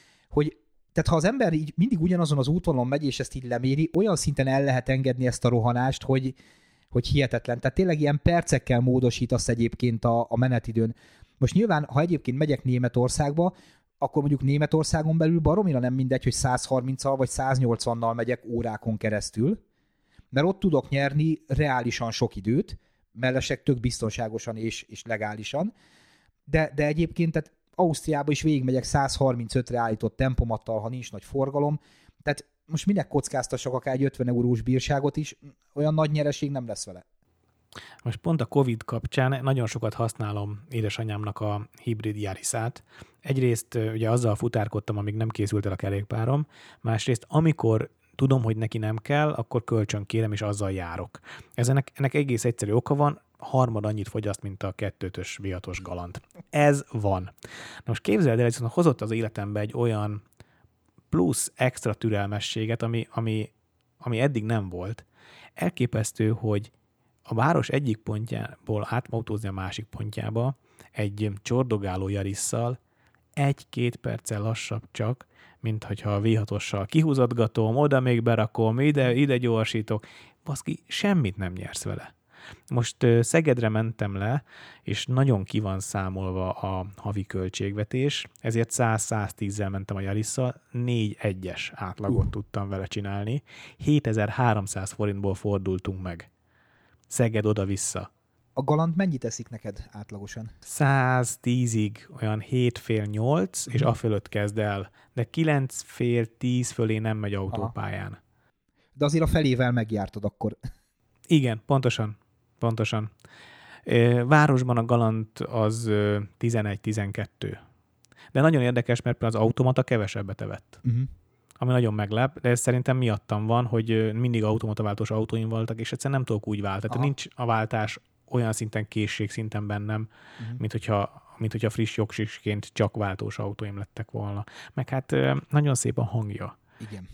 tehát ha az ember így mindig ugyanazon az útvonalon megy, és ezt így leméri, olyan szinten el lehet engedni ezt a rohanást, hogy hihetetlen. Tehát tényleg ilyen percekkel módosítasz egyébként a menetidőn. Most nyilván, ha egyébként megyek Németországba, akkor mondjuk Németországon belül baromira nem mindegy, hogy 130-al vagy 180-nal megyek órákon keresztül, mert ott tudok nyerni reálisan sok időt, mellesleg tök biztonságosan és legálisan, de egyébként tehát Ausztriában is végigmegyek 135-re állított tempomattal, ha nincs nagy forgalom, tehát most minek kockáztassak akár egy 50 eurós bírságot is, olyan nagy nyereség nem lesz vele.
Most pont a Covid kapcsán nagyon sokat használom édesanyámnak a hibrid Yarisát. Egyrészt ugye azzal futárkodtam, amíg nem készült el a kerékpárom, másrészt amikor tudom, hogy neki nem kell, akkor kölcsön kérem, és azzal járok. Ennek egész egyszerű oka van, 3 annyit fogyaszt, mint a 2.5-ös V6-os Galant. Ez van. Na most képzeld el, hogy hozott az életembe egy olyan plusz extra türelmességet, ami eddig nem volt. Elképesztő, hogy a város egyik pontjából átautózni a másik pontjába egy csordogáló Yarisszal 1-2 perccel lassabb csak, mint hogyha a V6-ossal kihúzatgatom, oda még berakom, ide gyorsítok. Baszki, semmit nem nyersz vele. Most Szegedre mentem le, és nagyon ki van számolva a havi költségvetés, ezért 100-110-zel mentem a Yarisszal, 4-1-es átlagot tudtam vele csinálni. 7300 forintból fordultunk meg. Szeged oda-vissza.
A Galant mennyit eszik neked átlagosan?
110-ig, olyan 7,5-8, és afölött kezd el. De 9,5-10 fölé nem megy autópályán. Aha.
De azért a felével megjártad akkor.
Igen, pontosan. Városban a Galant az 11-12. De nagyon érdekes, mert az automata kevesebbet evett. Uh-huh. Ami nagyon meglep, de ez szerintem miattam van, hogy mindig automataváltós autóim voltak, és egyszerűen nem tudok úgy váltani. Tehát nincs a váltás olyan szinten, készségszinten bennem, mint hogyha friss jogsisként csak váltós autóim lettek volna. Meg hát nagyon szép a hangja.
Igen.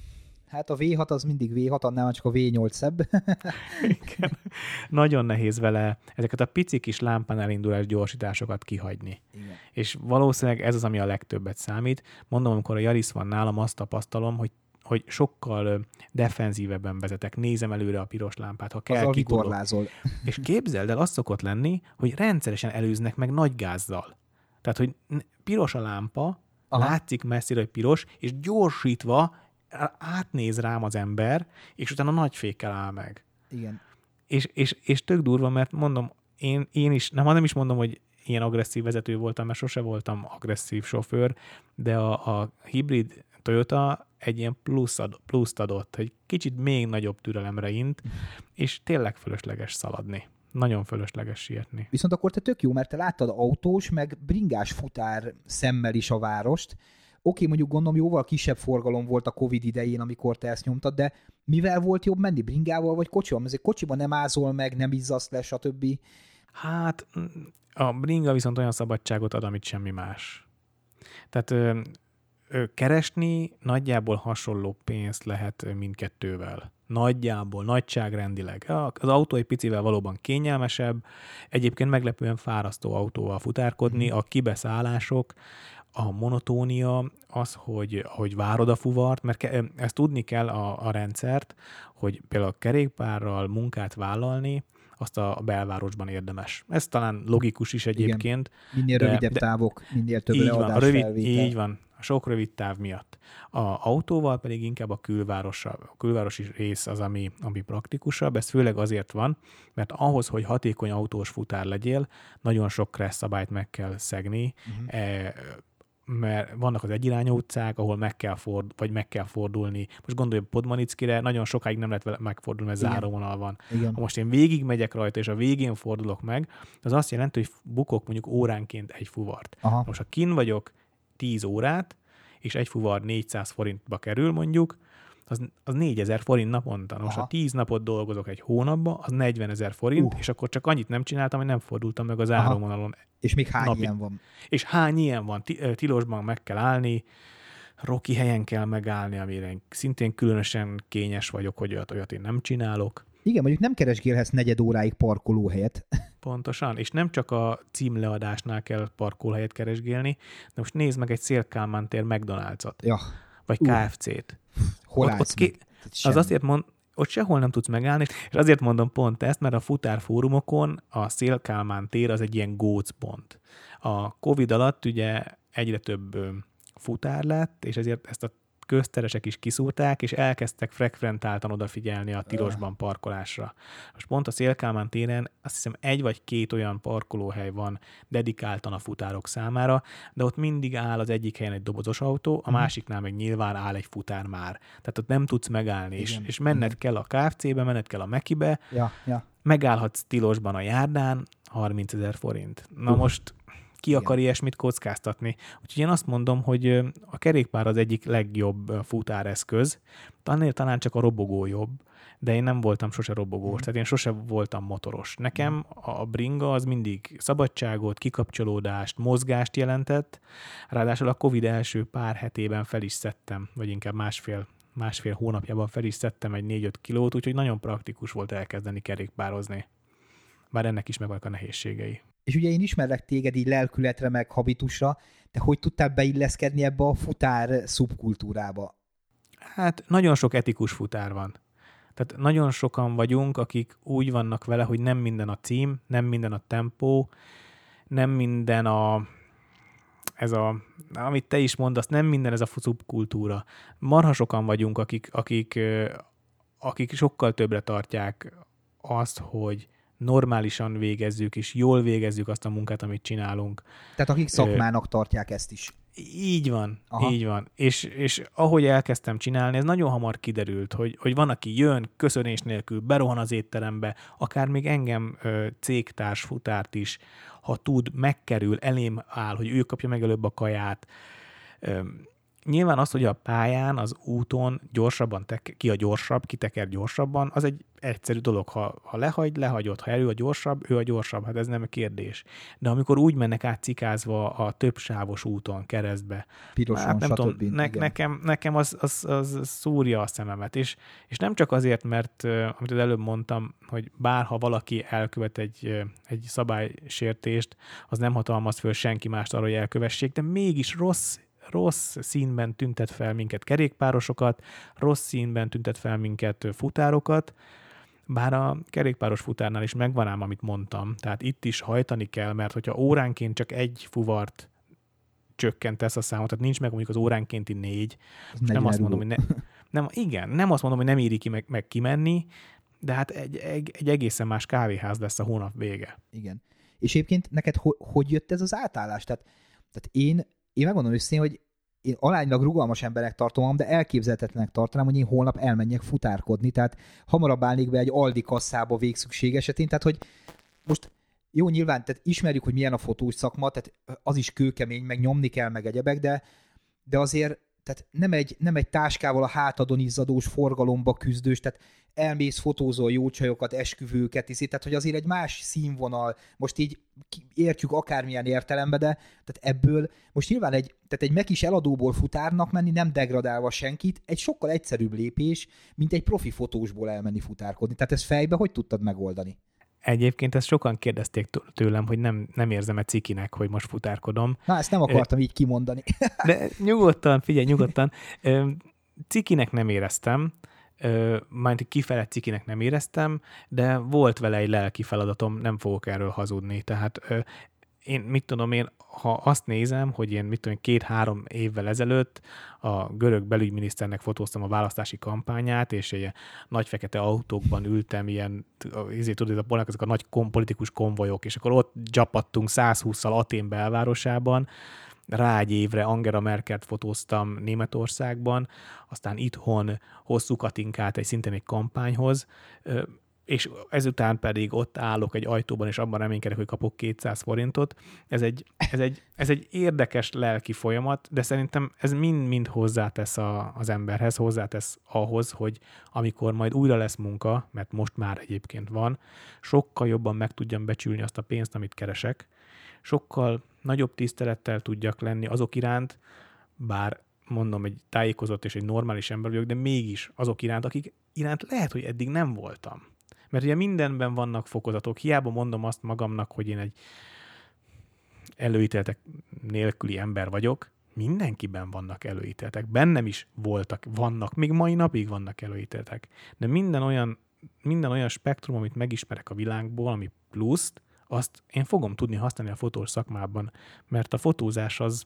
Hát a V6 az mindig V6, annál csak a V8 szebb.
Igen. Nagyon nehéz vele ezeket a pici kis lámpán elindulás gyorsításokat kihagyni.
Igen.
És valószínűleg ez az, ami a legtöbbet számít. Mondom, amikor a Yaris van nálam, azt tapasztalom, hogy sokkal defenzívebben vezetek, nézem előre a piros lámpát, ha kell,
vitorlázol.
És képzeld el, az szokott lenni, hogy rendszeresen előznek meg nagy gázzal. Tehát, hogy piros a lámpa, látszik messzire, hogy piros, és gyorsítva átnéz rám az ember, és utána nagy fékkel áll meg.
Igen.
És tök durva, mert mondom, én is, nem is mondom, hogy ilyen agresszív vezető voltam, mert sose voltam agresszív sofőr, de a hibrid Toyota egy ilyen pluszt adott, hogy kicsit még nagyobb türelemre int, és tényleg fölösleges szaladni. Nagyon fölösleges sietni.
Viszont akkor te tök jó, mert te láttad autós, meg bringás futár szemmel is a várost. Oké, mondjuk gondolom jóval kisebb forgalom volt a Covid idején, amikor te ezt nyomtad, de mivel volt jobb menni? Bringával vagy kocsival? Ezért kocsiban nem ázol meg, nem izzasz le, stb.
Hát a bringa viszont olyan szabadságot ad, amit semmi más. Tehát keresni nagyjából hasonló pénzt lehet mindkettővel. Nagyjából, nagyságrendileg. Az autó egy picivel valóban kényelmesebb, egyébként meglepően fárasztó autóval futárkodni, a kibeszállások, a monotónia, az, hogy várod a fuvart, mert ezt tudni kell a rendszert, hogy például a kerékpárral munkát vállalni, azt a belvárosban érdemes. Ez talán logikus is egyébként.
Igen. Minél rövidebb távok, minél több leadás felvétel.
Így van, a sok rövid táv miatt. A autóval pedig inkább a külvárosi rész az, ami praktikusabb. Ez főleg azért van, mert ahhoz, hogy hatékony autós futár legyél, nagyon sok kressz szabályt meg kell szegni, mert vannak az egyirányú utcák, ahol meg kell fordulni. Most gondolj Podmanickire, nagyon sokáig nem lehet vele megfordulni, mert záróvonal van.
Igen.
Ha most én végig megyek rajta, és a végén fordulok meg, az azt jelenti, hogy bukok mondjuk óránként egy fuvart.
Aha.
Most ha kin vagyok 10 órát, és egy fuvar 400 forintba kerül mondjuk, az 4000 forint naponta. Most ha 10 napot dolgozok egy hónapban, az 40 000 forint, és akkor csak annyit nem csináltam, hogy nem fordultam meg az áróvonalon.
És még hány ilyen van?
És hány ilyen van? Tilosban meg kell állni, roki helyen kell megállni, amire szintén különösen kényes vagyok, hogy olyat én nem csinálok.
Igen, mondjuk nem keresgélhetsz negyed óráig parkolóhelyet.
Pontosan, és nem csak a címleadásnál kell parkolóhelyet keresgélni, de most nézd meg egy Széll-Kálmán tér McDonald's-ot, vagy KFC-t.
Hol állsz
az azért ott sehol nem tudsz megállni, és azért mondom pont ezt, mert a futárfórumokon a Széll-Kálmán tér az egy ilyen gócpont. A Covid alatt ugye egyre több futár lett, és ezért ezt a közteresek is kiszúrták, és elkezdtek frekventáltan odafigyelni a tilosban parkolásra. Most pont a Széll-Kálmán téren azt hiszem 1 vagy 2 olyan parkolóhely van dedikáltan a futárok számára, de ott mindig áll az egyik helyen egy dobozos autó, a másiknál meg nyilván áll egy futár már. Tehát ott nem tudsz megállni, és menned kell a KFC-be, menned kell a Mekibe, megállhatsz tilosban a járdán, 30 000 forint. Na most ki akar ilyesmit kockáztatni. Úgyhogy én azt mondom, hogy a kerékpár az egyik legjobb futáreszköz. Talán csak a robogó jobb, de én nem voltam sose robogós, tehát én sose voltam motoros. Nekem a bringa az mindig szabadságot, kikapcsolódást, mozgást jelentett. Ráadásul a Covid első pár hetében fel is szedtem, vagy inkább másfél hónapjában fel is szedtem egy 4-5 kilót, úgyhogy nagyon praktikus volt elkezdeni kerékpározni. Bár ennek is megvannak a nehézségei.
És ugye én ismerlek téged így lelkületre, meg habitusra, de hogy tudtál beilleszkedni ebbe a futár szubkultúrába?
Hát nagyon sok etikus futár van. Tehát nagyon sokan vagyunk, akik úgy vannak vele, hogy nem minden a cím, nem minden a tempó, nem minden amit te is mondasz, nem minden ez a szubkultúra. Marha sokan vagyunk, akik sokkal többre tartják azt, hogy normálisan végezzük, és jól végezzük azt a munkát, amit csinálunk.
Tehát akik szakmának tartják ezt is.
Így van, így van. És ahogy elkezdtem csinálni, ez nagyon hamar kiderült, hogy van, aki jön, köszönés nélkül, berohan az étterembe, akár még engem cégtárs futárt is, ha tud, megkerül, elém áll, hogy ő kapja meg előbb a kaját. nyilván az, hogy a pályán, az úton gyorsabban, ki a gyorsabb, ki teker gyorsabban, az egy egyszerű dolog. Ha lehagyod, ha ő a gyorsabb, hát ez nem a kérdés. De amikor úgy mennek át cikázva a többsávos úton keresztbe,
pirosan,
hát nem tudom, nekem az szúrja a szememet. És nem csak azért, mert amit az előbb mondtam, hogy bárha valaki elkövet egy szabálysértést, az nem hatalmaz föl senki mást arra, hogy elkövessék, de mégis rossz színben tüntet fel minket kerékpárosokat, rossz színben tüntet fel minket futárokat, bár a kerékpáros futárnál is megvan ám, amit mondtam. Tehát itt is hajtani kell, mert hogyha óránként csak egy fuvart csökkentesz a számot, tehát nincs meg mondjuk az óránkénti 4, nem azt mondom, hogy nem azt mondom, hogy nem éri ki meg kimenni, de hát egy egészen más kávéház lesz a hónap vége.
Igen. És egyébként neked hogy jött ez az átállás? Tehát én megmondom őszintén, hogy én aránylag rugalmas embernek tartom, de elképzelhetetlenek tartanám, hogy én holnap elmenjek futárkodni, tehát hamarabb állnék be egy Aldi kasszába végszükség esetén, tehát hogy most jó, nyilván, tehát ismerjük, hogy milyen a fotós szakma, tehát az is kőkemény, meg nyomni kell, meg egyebek, de azért tehát nem egy táskával a hátadon izzadós forgalomba küzdős, tehát elmész, fotózol jó csajokat, esküvőket, tehát hogy azért egy más színvonal, most így értjük akármilyen értelembe, de tehát ebből most nyilván egy megis eladóból futárnak menni, nem degradálva senkit, egy sokkal egyszerűbb lépés, mint egy profi fotósból elmenni futárkodni. Tehát ezt fejbe hogy tudtad megoldani?
Egyébként ezt sokan kérdezték tőlem, hogy nem érzem-e cikinek, hogy most futárkodom.
Na, ezt nem akartam így kimondani.
De nyugodtan, figyelj, nyugodtan. Cikinek nem éreztem, majd kifele cikinek nem éreztem, de volt vele egy lelki feladatom, nem fogok erről hazudni. Tehát én ha azt nézem, hogy én 2-3 évvel ezelőtt a görög belügyminiszternek fotóztam a választási kampányát, és egy nagy fekete autókban ültem, ezek a nagy politikus konvojok, és akkor ott dzsapattunk 120-szal Atén belvárosában, rá egy évre Angela Merkelt fotóztam Németországban, aztán itthon hosszú Katinkát szintén egy kampányhoz, és ezután pedig ott állok egy ajtóban, és abban reménykedek, hogy kapok 200 forintot. Ez egy érdekes lelki folyamat, de szerintem ez mind hozzátesz az emberhez, hozzátesz ahhoz, hogy amikor majd újra lesz munka, mert most már egyébként van, sokkal jobban meg tudjam becsülni azt a pénzt, amit keresek, sokkal nagyobb tisztelettel tudjak lenni azok iránt, bár mondom, egy tájékozott és egy normális ember vagyok, de mégis azok iránt, akik iránt lehet, hogy eddig nem voltam. Mert ugye mindenben vannak fokozatok. Hiába mondom azt magamnak, hogy én egy előítéletek nélküli ember vagyok, mindenkiben vannak előítéletek. Bennem is vannak, még mai napig vannak előítéletek. De minden olyan spektrum, amit megismerek a világból, ami pluszt, azt én fogom tudni használni a fotós szakmában, mert a fotózás az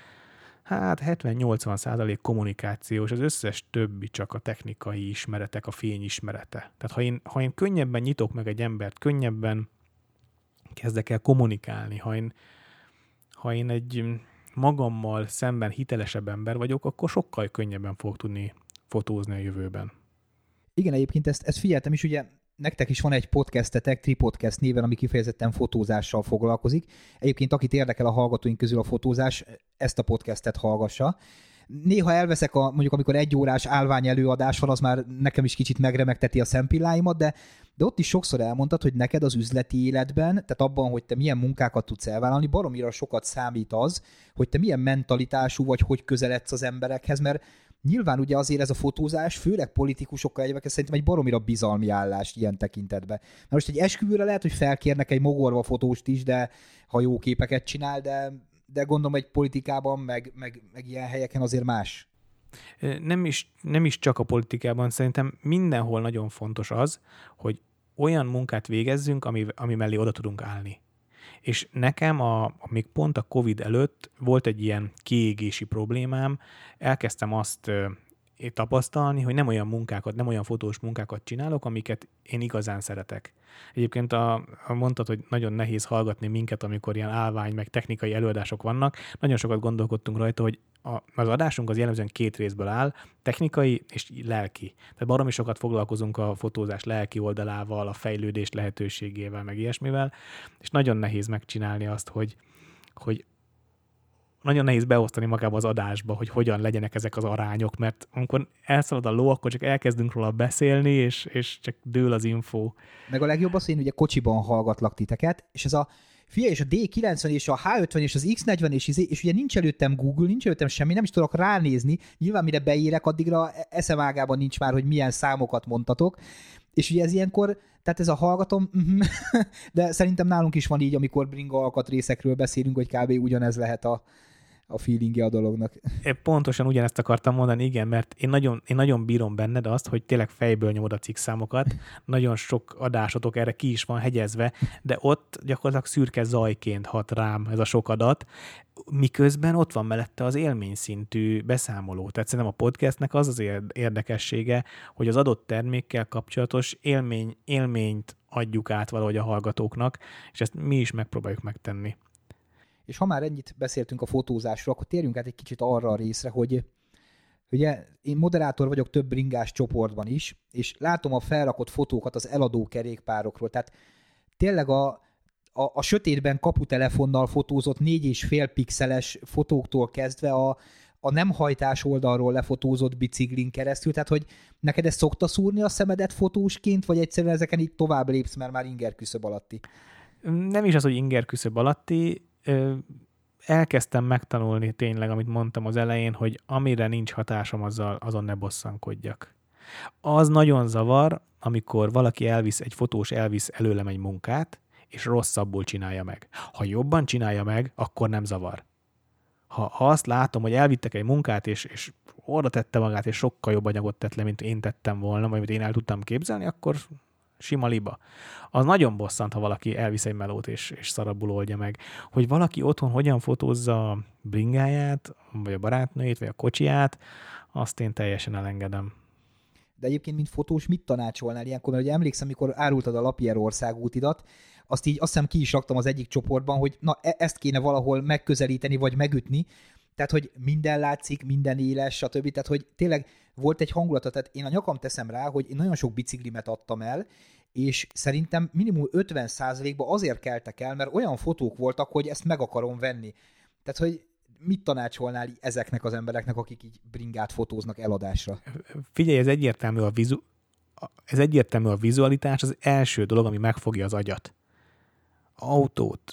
70-80% kommunikáció, és az összes többi csak a technikai ismeretek, a fény ismerete. Tehát ha én könnyebben nyitok meg egy embert, könnyebben kezdek el kommunikálni, ha én egy magammal szemben hitelesebb ember vagyok, akkor sokkal könnyebben fogok tudni fotózni a jövőben.
Igen, egyébként ezt figyeltem is, ugye nektek is van egy podcastetek, Tripodcast néven, ami kifejezetten fotózással foglalkozik. Egyébként akit érdekel a hallgatóink közül a fotózás, ezt a podcastet hallgassa. Néha elveszek, mondjuk amikor 1 órás állvány előadás van, az már nekem is kicsit megremegteti a szempilláimat, de ott is sokszor elmondtad, hogy neked az üzleti életben, tehát abban, hogy te milyen munkákat tudsz elvállalni, baromira sokat számít az, hogy te milyen mentalitású vagy, hogy közeledsz az emberekhez, mert nyilván ugye azért ez a fotózás, főleg politikusokkal egyébként szerintem egy baromira bizalmi állás ilyen tekintetben. Na most egy esküvőre lehet, hogy felkérnek egy mogorva fotóst is, de ha jó képeket csinál, de gondolom egy politikában, meg ilyen helyeken azért más.
Nem is csak a politikában, szerintem mindenhol nagyon fontos az, hogy olyan munkát végezzünk, ami mellé oda tudunk állni. És nekem még pont a Covid előtt volt egy ilyen kiégési problémám, elkezdtem azt tapasztalni, hogy nem olyan fotós munkákat csinálok, amiket én igazán szeretek. Egyébként mondtad, hogy nagyon nehéz hallgatni minket, amikor ilyen állvány, meg technikai előadások vannak. Nagyon sokat gondolkodtunk rajta, hogy az adásunk az jellemzően 2 részből áll, technikai és lelki. Tehát baromi sokat foglalkozunk a fotózás lelki oldalával, a fejlődés lehetőségével, meg ilyesmivel, és nagyon nehéz megcsinálni azt, hogy nagyon nehéz beosztani magába az adásba, hogy hogyan legyenek ezek az arányok, mert amikor elszalad a ló, akkor csak elkezdünk róla beszélni, és csak dől az info.
Meg a legjobb az, hogy én ugye kocsiban hallgatlak titeket, és ez a figyelj, és a D90 és a H50 és az X40 és ugye nincs előttem Google, nincs előttem semmi, nem is tudok ránézni, nyilván mire beérek, addigra eszem ágában nincs már, hogy milyen számokat mondtatok, és ugye ez ilyenkor, tehát ez a hallgatom, de szerintem nálunk is van így, amikor bringa alkatrészekről beszélünk, hogy kb. Ugyanez lehet a feelingje a dolognak.
Pontosan ugyanezt akartam mondani, igen, mert én nagyon bírom benned azt, hogy tényleg fejből nyomod a cikkszámokat, nagyon sok adásotok erre ki is van hegyezve, de ott gyakorlatilag szürke zajként hat rám ez a sok adat, miközben ott van mellette az élményszintű beszámoló. Tehát szerintem a podcastnek az érdekessége, hogy az adott termékkel kapcsolatos élményt adjuk át valahogy a hallgatóknak, és ezt mi is megpróbáljuk megtenni.
És ha már ennyit beszéltünk a fotózásról, akkor térjünk át egy kicsit arra a részre, hogy ugye én moderátor vagyok több bringás csoportban is, és látom a felrakott fotókat az eladó kerékpárokról. Tehát tényleg a sötétben kaputelefonnal fotózott 4,5 pixeles fotóktól kezdve a nem hajtás oldalról lefotózott biciklin keresztül, tehát hogy neked ez szokta szúrni a szemedet fotósként, vagy egyszerűen ezeken így tovább lépsz, mert már inger küszöb alatti?
Nem is az, hogy inger küszöb alatti, elkezdtem megtanulni tényleg, amit mondtam az elején, hogy amire nincs hatásom, azon ne bosszankodjak. Az nagyon zavar, amikor valaki egy fotós elvisz előlem egy munkát, és rosszabbul csinálja meg. Ha jobban csinálja meg, akkor nem zavar. Ha azt látom, hogy elvittek egy munkát, és orra tette magát, és sokkal jobb anyagot tett le, mint én tettem volna, vagy amit én el tudtam képzelni, akkor sima liba. Az nagyon bosszant, ha valaki elvisz egy melót, és szarabbul oldja meg. Hogy valaki otthon hogyan fotózza a bringáját, vagy a barátnőjét, vagy a kocsiját, azt én teljesen elengedem.
De egyébként, mint fotós, mit tanácsolnál ilyenkor? Mert ugye emlékszem, amikor árultad a Lapierre országútidat, azt hiszem ki is raktam az egyik csoportban, hogy na ezt kéne valahol megközelíteni, vagy megütni, tehát, hogy minden látszik, minden éles, stb. Tehát, hogy tényleg volt egy hangulata, tehát én a nyakam teszem rá, hogy én nagyon sok biciklimet adtam el, és szerintem minimum 50%-ban azért keltek el, mert olyan fotók voltak, hogy ezt meg akarom venni. Tehát, hogy mit tanácsolnál ezeknek az embereknek, akik így bringát fotóznak eladásra?
Figyelj, ez egyértelmű a vizualitás, az első dolog, ami megfogja az agyat. Autót,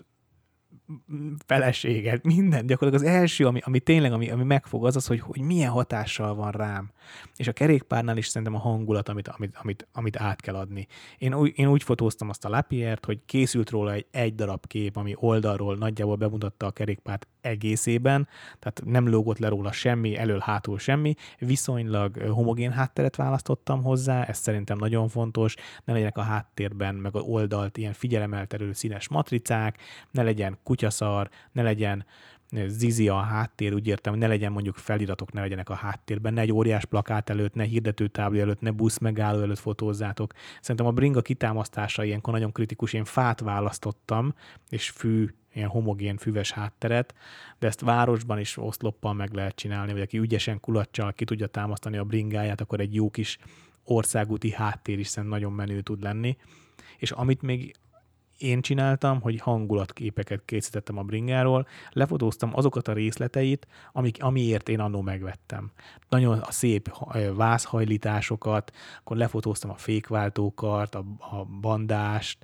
feleséget, minden. Gyakorlatilag az első, ami tényleg, ami megfog, az, hogy milyen hatással van rám. És a kerékpárnál is szerintem a hangulat, amit át kell adni. Én úgy fotóztam azt a Lapierre-t, hogy készült róla egy darab kép, ami oldalról nagyjából bemutatta a kerékpárt egészében, tehát nem lógott le róla semmi, elől-hátul semmi, viszonylag homogén hátteret választottam hozzá, ez szerintem nagyon fontos, ne legyenek a háttérben, meg az oldalt ilyen figyelemelterülő színes matricák, ne legyen kutyaszar, ne legyen zizi a háttér, úgy értem, hogy ne legyen mondjuk feliratok, ne legyenek a háttérben, ne egy óriás plakát előtt, ne hirdetőtábla előtt, ne busz megálló előtt fotózzátok. Szerintem a bringa kitámasztása ilyenkor nagyon kritikus, én fát választottam, és ilyen homogén füves hátteret, de ezt városban is oszloppal meg lehet csinálni, vagy aki ügyesen kulacsal ki tudja támasztani a bringáját, akkor egy jó kis országúti háttér is szerintem nagyon menő tud lenni. És amit még én csináltam, hogy hangulatképeket készítettem a bringáról, lefotóztam azokat a részleteit, amiért én annó megvettem. Nagyon a szép vázhajlításokat, akkor lefotóztam a fékváltókart, a bandást,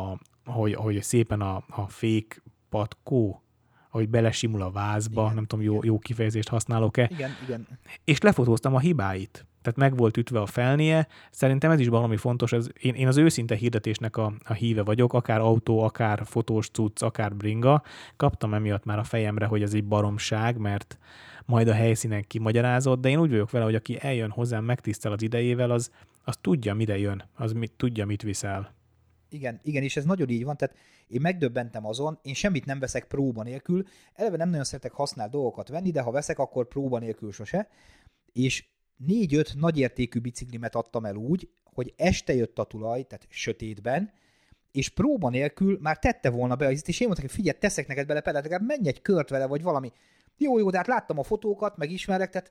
ahogy szépen a fék patkó, ahogy belesimul a vázba, igen. Nem tudom, jó kifejezést használok-e.
Igen.
És lefotóztam a hibáit. Tehát meg volt ütve a felnie. Szerintem ez is valami fontos. Én az őszinte hirdetésnek a híve vagyok, akár autó, akár fotós cucc, akár bringa. Kaptam emiatt már a fejemre, hogy ez egy baromság, mert majd a helyszínen kimagyarázott, de én úgy vagyok vele, hogy aki eljön hozzám, megtisztel az idejével, az tudja, mire jön, tudja, mit viszel.
Igen, és ez nagyon így van, tehát én megdöbbentem azon, én semmit nem veszek próba nélkül, eleve nem nagyon szeretek használt dolgokat venni, de ha veszek, akkor próba nélkül sose, és 4-5 nagyértékű biciklimet adtam el úgy, hogy este jött a tulaj, tehát sötétben, és próba nélkül már tette volna be, és én mondtam, hogy figyelj, teszek neked bele pedát, menj egy kört vele, vagy valami. Jó, de hát láttam a fotókat, meg ismerek, tehát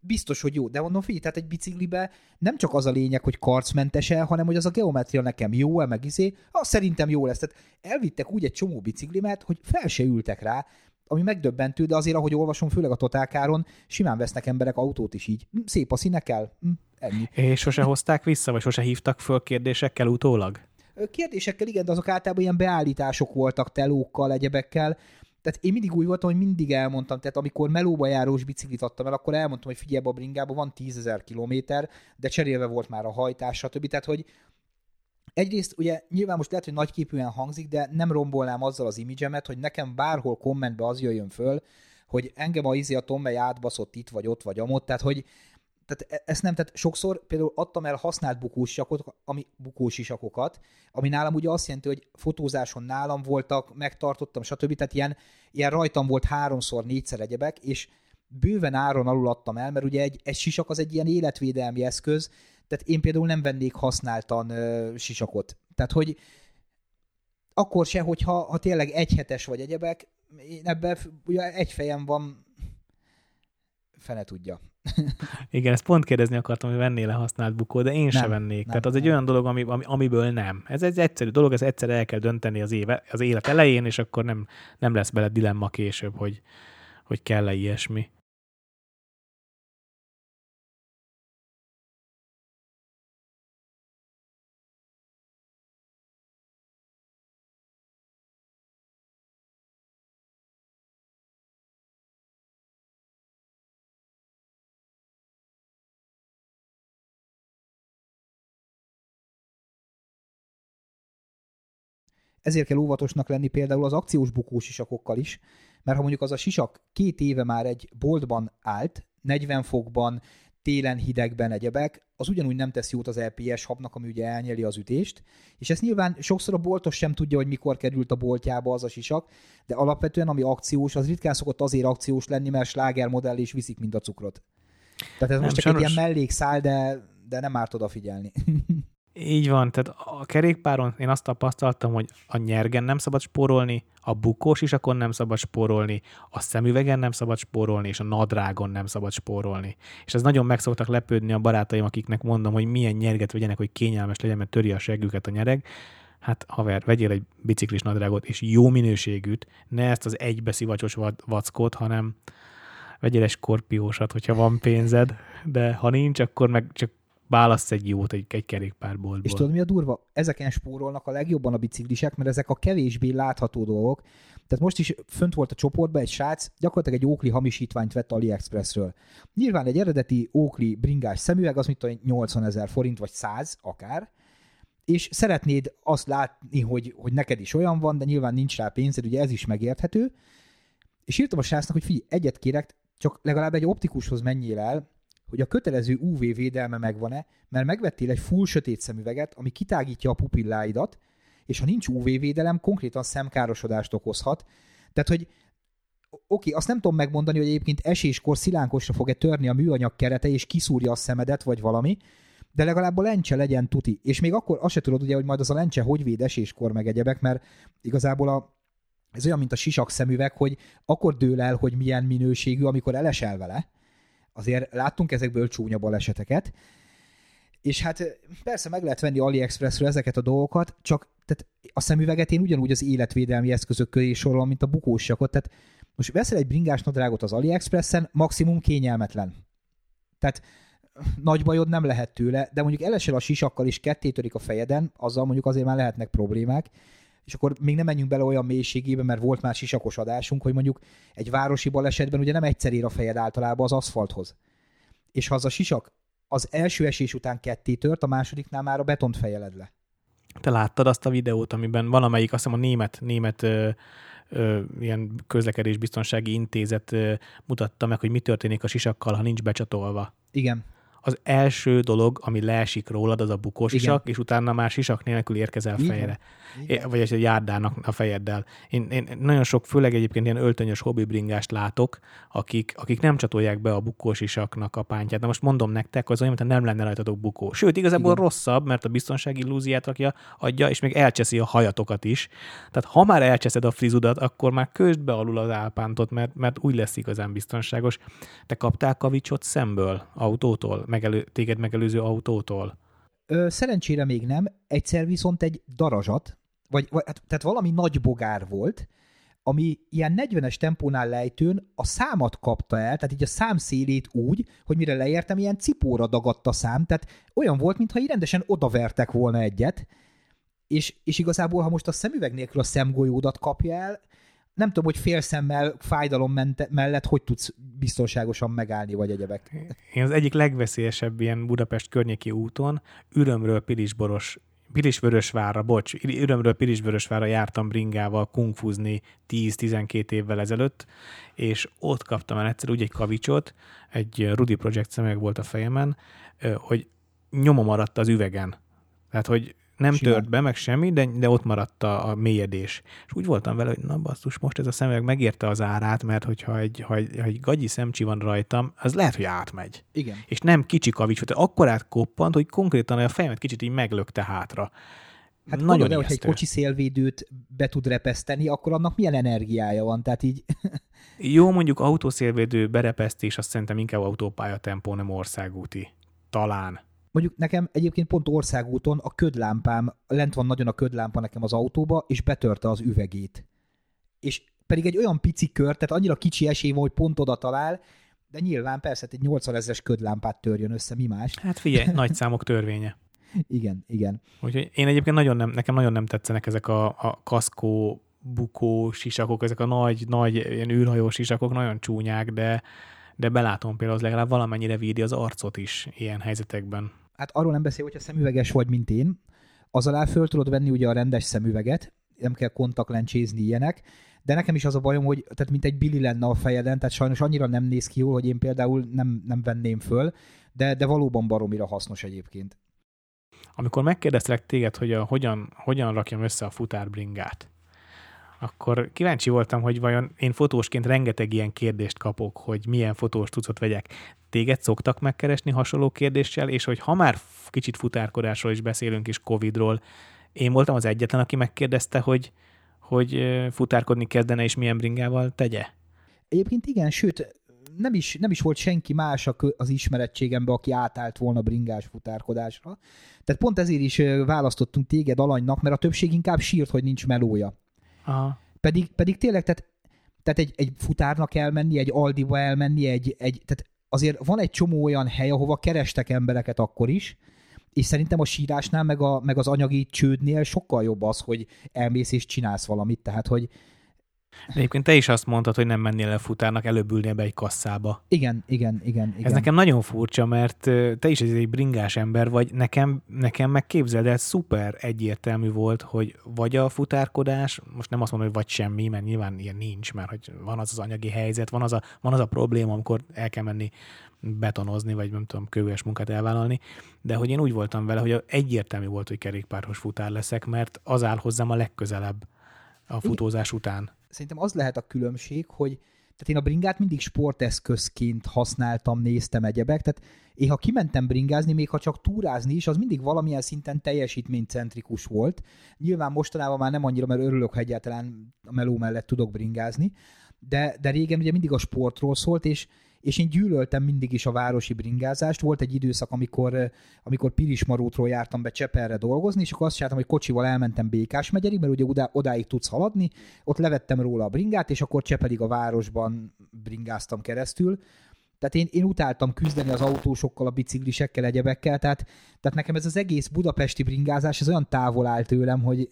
biztos, hogy jó, de mondom, figyelj, tehát egy biciklibe nem csak az a lényeg, hogy karcmentese, hanem hogy az a geometria nekem jó-e, meg szerintem jó lesz. Tehát elvittek úgy egy csomó biciklimet, hogy fel se ültek rá, ami megdöbbentő, de azért, ahogy olvasom, főleg a Totálkáron, simán vesznek emberek autót is így. Szép a színekkel, ennyi.
És sose hozták vissza, vagy sose hívtak föl kérdésekkel utólag?
Kérdésekkel igen, de azok általában ilyen beállítások voltak, telókkal, egyebekkel. Tehát én mindig úgy voltam, hogy mindig elmondtam, tehát amikor melóba járós biciklit adtam el, akkor elmondtam, hogy figyelj, a bringában van 10 000 kilométer, de cserélve volt már a hajtás, stb. Tehát, hogy egyrészt ugye nyilván most lehet, hogy nagyképűen hangzik, de nem rombolnám azzal az imidzsemet, hogy nekem bárhol kommentbe az jöjjön föl, hogy engem a Tommely átbaszott itt vagy ott vagy amott, tehát ezt nem, tehát sokszor például adtam el használt bukósisakokat, ami nálam ugye azt jelenti, hogy fotózáson nálam voltak, megtartottam, stb. Tehát ilyen rajtam volt 3-szor, 4-szer egyebek, és bőven áron alul adtam el, mert ugye egy sisak az egy ilyen életvédelmi eszköz, tehát én például nem vennék használtan sisakot. Tehát, hogy akkor se, hogyha tényleg egyhetes vagy egyebek, én ebben ugye egy fejem van, fene tudja.
Igen, ezt pont kérdezni akartam, hogy vennél-e használt bukó, de én se vennék.
Nem,
Tehát az egy olyan dolog, amiből nem. Ez egy egyszerű dolog, ez egyszer el kell dönteni az élet elején, és akkor nem lesz bele dilemma később, hogy kell-e ilyesmi.
Ezért kell óvatosnak lenni például az akciós bukósisakokkal is, mert ha mondjuk az a sisak 2 éve már egy boltban állt, 40 fokban, télen hidegben egyebek, az ugyanúgy nem tesz jót az LPS habnak, ami ugye elnyeli az ütést, és ezt nyilván sokszor a boltos sem tudja, hogy mikor került a boltjába az a sisak, de alapvetően ami akciós, az ritkán szokott azért akciós lenni, mert slágermodell is viszik mind a cukrot. Tehát ez nem, most csak egy ilyen mellékszál, de nem árt odafigyelni.
Így van, tehát a kerékpáron én azt tapasztaltam, hogy a nyergen nem szabad spórolni, a bukós isakon nem szabad spórolni, a szemüvegen nem szabad spórolni, és a nadrágon nem szabad spórolni. És ez nagyon meg szoktak lepődni a barátaim, akiknek mondom, hogy milyen nyerget vegyenek, hogy kényelmes legyen, mert töri a seggüket a nyereg. Hát haver, vegyél egy biciklis nadrágot, és jó minőségűt, ne ezt az egybeszivacsos vackót, hanem vegyél egy skorpiósat, hogyha van pénzed, de ha nincs, akkor meg csak válassz egy jót egy kerékpárboltból.
És tudod, mi a durva? Ezeken spórolnak a legjobban a biciklisek, mert ezek a kevésbé látható dolgok. Tehát most is fönt volt a csoportban egy srác, gyakorlatilag egy Oakley hamisítványt vett AliExpressről. Nyilván egy eredeti Oakley bringás szemüveg, az mit 80 000 forint, vagy 100 akár, és szeretnéd azt látni, hogy neked is olyan van, de nyilván nincs rá pénzed, ugye ez is megérthető. És írtam a srácnak, hogy figyelj, egyet kérek, csak legalább egy optikushoz menjél el, hogy a kötelező UV védelme megvan-e, mert megvettél egy full sötét szemüveget, ami kitágítja a pupilláidat, és ha nincs UV védelem, konkrétan szemkárosodást okozhat. Tehát, hogy oké, azt nem tudom megmondani, hogy egyébként eséskor szilánkosra fog-e törni a műanyag kerete, és kiszúrja a szemedet, vagy valami, de legalább a lencse legyen tuti. És még akkor azt se tudod, ugye, hogy majd az a lencse hogy véd eséskor meg egyebek, mert igazából ez olyan, mint a sisak szemüveg, hogy akkor dől el, hogy milyen minőségű, amikor elesel vele. Azért láttunk ezekből csúnya baleseteket, és hát persze meg lehet venni AliExpressről ezeket a dolgokat, csak tehát a szemüveget én ugyanúgy az életvédelmi eszközök köré sorolom, mint a bukósakot. Tehát most veszel egy bringás nadrágot az AliExpressen, maximum kényelmetlen. Tehát nagy bajod nem lehet tőle, de mondjuk elesel a sisakkal és ketté törik a fejeden, azzal mondjuk azért már lehetnek problémák, és akkor még nem menjünk bele olyan mélységébe, mert volt már sisakos adásunk, hogy mondjuk egy városi balesetben ugye nem egyszer ér a fejed általában az aszfalthoz. És ha az a sisak az első esés után ketté tört, a másodiknál már a betont fejeled le.
Te láttad azt a videót, amiben valamelyik, azt hiszem a német ilyen közlekedésbiztonsági intézet mutatta meg, hogy mi történik a sisakkal, ha nincs becsatolva.
Igen.
az első dolog, ami leesik rólad, az a bukós sisak, és utána már sisak nélkül érkezel fejre. Vagy egy járdának a fejeddel. Én nagyon sok, főleg egyébként ilyen öltönyös hobbibringást látok, akik nem csatolják be a bukós sisaknak a pántját. Na most mondom nektek, az olyan, mintha nem lenne rajtatok bukó. Sőt, igazából rosszabb, mert a biztonsági illúziát adja, és még elcseszi a hajatokat is. Tehát ha már elcseszed a frizudat, akkor már kösd be alul az álpántot, mert úgy lesz igazán biztonságos. Te kaptál kavicsot szemből, autótól, téged megelőző autótól?
Szerencsére még nem. Egyszer viszont egy darazsat, tehát valami nagy bogár volt, ami ilyen 40-es tempónál lejtőn a számat kapta el, tehát így a szám szélét úgy, hogy mire leértem, ilyen cipóra dagadt a szám, tehát olyan volt, mintha így rendesen odavertek volna egyet, és igazából, ha most a szemüveg nélkül a szemgolyódat kapja el, nem tudom, hogy félszemmel, fájdalom mellett hogy tudsz biztonságosan megállni, vagy egyebek.
Én az egyik legveszélyesebb ilyen Budapest környéki úton Ürömről Pilisvörösvárra jártam bringával kungfuzni 10-12 évvel ezelőtt, és ott kaptam el egyszer úgy egy kavicsot, egy Rudy Project szemüveg volt a fejemen, hogy nyoma maradt az üvegen. Tehát, hogy nem tört be, meg semmi, de ott maradt a mélyedés. És úgy voltam vele, hogy na basszus, most ez a szemüveg megérte az árát, mert hogyha egy gagyi szemcsi van rajtam, az lehet, hogy átmegy.
Igen.
És nem kicsi kavics, tehát akkor átkoppant, hogy konkrétan a fejemet kicsit így meglökte hátra.
Hát nagyon hogy egy kocsi szélvédőt be tud repeszteni, akkor annak milyen energiája van, tehát így...
Jó, mondjuk autószélvédő berepesztés, azt szerintem inkább autópályatempó, nem országúti. Talán.
Mondjuk nekem egyébként pont országúton a ködlámpám, lent van nagyon a ködlámpa nekem az autóba, és betörte az üvegét. És pedig egy olyan pici kör, tehát annyira kicsi esély van, hogy pont oda talál, de nyilván persze egy 80 000-es ködlámpát törjön össze, mi más.
Hát figyelj, nagy számok törvénye.
Igen.
Úgyhogy én egyébként nekem nagyon nem tetszenek ezek a kaszkó, bukó sisakok, ezek a nagy ilyen űrhajós sisakok, nagyon csúnyák, de belátom például, az legalább valamennyire védi az arcot is ilyen helyzetekben.
Hát arról nem beszél, hogyha szemüveges vagy, mint én, az alá föl tudod venni ugye a rendes szemüveget, nem kell kontaktlencsézni ilyenek, de nekem is az a bajom, hogy tehát mint egy Billy lenne a fejeden, tehát sajnos annyira nem néz ki jól, hogy én például nem venném föl, de valóban baromira hasznos egyébként.
Amikor megkérdeztelek téged, hogy hogyan rakjam össze a futárbringát, akkor kíváncsi voltam, hogy vajon én fotósként rengeteg ilyen kérdést kapok, hogy milyen fotós cuccot vegyek. Téged szoktak megkeresni hasonló kérdéssel, és hogy ha már kicsit futárkodásról is beszélünk, és Covidról, én voltam az egyetlen, aki megkérdezte, hogy futárkodni kezdene, és milyen bringával tegye?
Egyébként igen, sőt, nem is volt senki más az ismerettségemben, aki átállt volna bringás futárkodásra. Tehát pont ezért is választottunk téged alanynak, mert a többség inkább sírt, hogy nincs melója.
Aha.
Pedig tényleg, tehát egy futárnak elmenni, egy Aldiba elmenni, tehát azért van egy csomó olyan hely, ahova kerestek embereket akkor is, és szerintem a sírásnál, meg az anyagi csődnél sokkal jobb az, hogy elmész és csinálsz valamit, tehát hogy...
De egyébként te is azt mondtad, hogy nem mennél el futárnak, előbb ülnél be egy kasszába.
Igen.
Ez nekem nagyon furcsa, mert te is egy bringás ember vagy, nekem meg képzeld el, szuper egyértelmű volt, hogy vagy a futárkodás, most nem azt mondom, hogy vagy semmi, mert nyilván ilyen nincs, mert hogy van az anyagi helyzet, van az a probléma, amikor el kell menni betonozni, vagy nem tudom, kőves munkát elvállalni, de hogy én úgy voltam vele, hogy egyértelmű volt, hogy kerékpáros futár leszek, mert az áll hozzám a legközelebb a futózás után.
Szerintem az lehet a különbség, hogy tehát én a bringát mindig sporteszközként használtam, néztem egyebek, tehát én ha kimentem bringázni, még ha csak túrázni is, az mindig valamilyen szinten teljesítménycentrikus volt. Nyilván mostanában már nem annyira, mert örülök, ha egyáltalán a meló mellett tudok bringázni, de régen ugye mindig a sportról szólt, és én gyűlöltem mindig is a városi bringázást. Volt egy időszak, amikor Pilismarútról jártam be Cseperre dolgozni, és akkor azt csináltam, hogy kocsival elmentem Békásmegyerig, mert ugye odáig tudsz haladni, ott levettem róla a bringát, és akkor Cseperig a városban bringáztam keresztül. Tehát én utáltam küzdeni az autósokkal, a biciklisekkel, egyebekkel, tehát nekem ez az egész budapesti bringázás, ez olyan távol áll tőlem, hogy...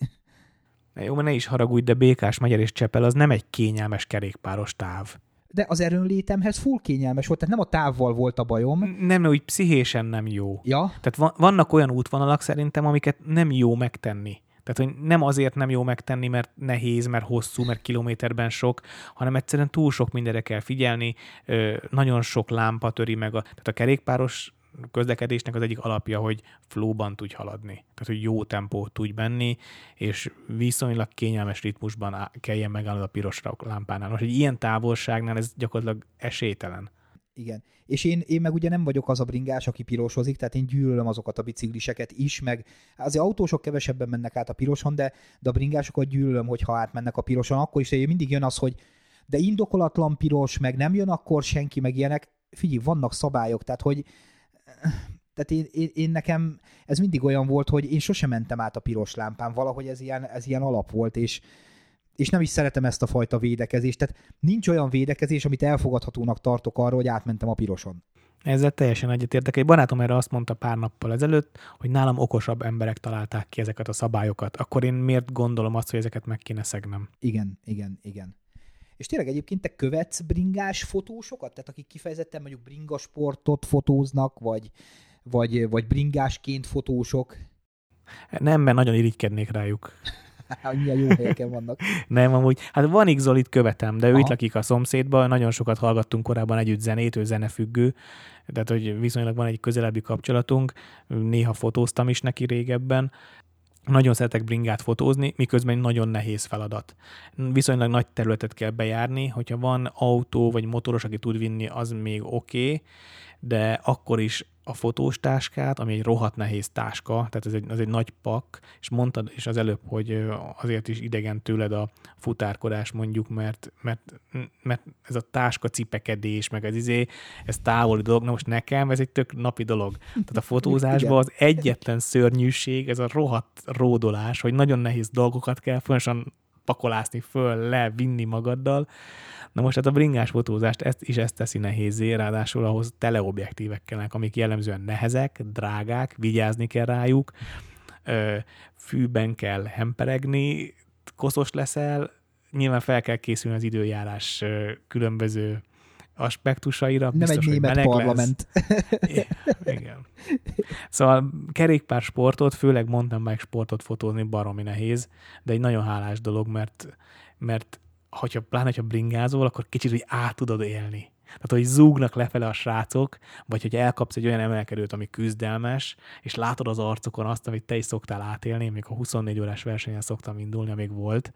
Jó, mert ne is haragudj, de Békásmegyer és Csepel az nem egy kényelmes kerékpáros táv.
De az erőnlétemhez full kényelmes volt, tehát nem a távval volt a bajom.
Nem, úgy pszichésen nem jó.
Ja.
Tehát vannak olyan útvonalak szerintem, amiket nem jó megtenni. Tehát, hogy nem azért nem jó megtenni, mert nehéz, mert hosszú, mert kilométerben sok, hanem egyszerűen túl sok mindenre kell figyelni, nagyon sok lámpa töri meg. Tehát a kerékpáros közlekedésnek az egyik alapja, hogy flowban tudj haladni. Tehát, hogy jó tempót tudj menni, és viszonylag kényelmes ritmusban kelljen megállnod a piros lámpánál. Most egy ilyen távolságnál ez gyakorlatilag esélytelen.
Igen. És én meg ugye nem vagyok az a bringás, aki pirosozik, tehát én gyűlölöm azokat a bicikliseket is, meg azért autósok kevesebben mennek át a piroson, de a bringásokat gyűlölöm, hogyha átmennek a piroson, akkor is mindig jön az, hogy de indokolatlan piros, meg nem jön akkor senki, meg ilyenek. Figyelj, vannak szabályok, tehát én nekem ez mindig olyan volt, hogy én sosem mentem át a piros lámpán, valahogy ez ilyen alap volt, és nem is szeretem ezt a fajta védekezést. Tehát nincs olyan védekezés, amit elfogadhatónak tartok arra, hogy átmentem a piroson.
Ezzel teljesen egyetértek. Egy barátom erre azt mondta pár nappal ezelőtt, hogy nálam okosabb emberek találták ki ezeket a szabályokat. Akkor én miért gondolom azt, hogy ezeket meg kéne szegnem?
Igen. És tényleg egyébként te követsz bringás fotósokat? Tehát akik kifejezetten mondjuk bringasportot fotóznak, vagy bringásként fotósok?
Nem, mert nagyon irigykednék rájuk.
Milyen jó helyeken vannak.
Nem, amúgy. Hát Vanik Zolit követem, de ő itt lakik a szomszédban, nagyon sokat hallgattunk korábban együtt zenét, ő zenefüggő, tehát hogy viszonylag van egy közelebbi kapcsolatunk, néha fotóztam is neki régebben. Nagyon szeretek bringát fotózni, miközben nagyon nehéz feladat. Viszonylag nagy területet kell bejárni, hogyha van autó vagy motoros, aki tud vinni, az még oké, de akkor is a fotós táskát, ami egy rohadt nehéz táska, tehát ez egy nagy pak, és mondtad is az előbb, hogy azért is idegen tőled a futárkodás mondjuk, mert ez a táska cipekedés, meg ez távoli dolog, na most nekem ez egy tök napi dolog. Tehát a fotózásban az egyetlen szörnyűség, ez a rohadt ródolás, hogy nagyon nehéz dolgokat kell folyamatosan pakolászni föl, le, vinni magaddal. Na most hát a bringás fotózást ezt teszi nehézzé, ráadásul ahhoz teleobjektívek kellnek, amik jellemzően nehezek, drágák, vigyázni kell rájuk, fűben kell hemperegni, koszos leszel, nyilván fel kell készülni az időjárás különböző aspektusaira.
Nem egy német parlament.
Igen. Szóval kerékpársportot, főleg mountain bike sportot fotózni baromi nehéz, de egy nagyon hálás dolog, mert pláne, hogyha bringázol, akkor kicsit úgy át tudod élni. Tehát, hogy zúgnak lefele a srácok, vagy hogy elkapsz egy olyan emelkedőt, ami küzdelmes, és látod az arcokon azt, amit te is szoktál átélni, még a 24 órás versenyen szoktam indulni, amíg volt,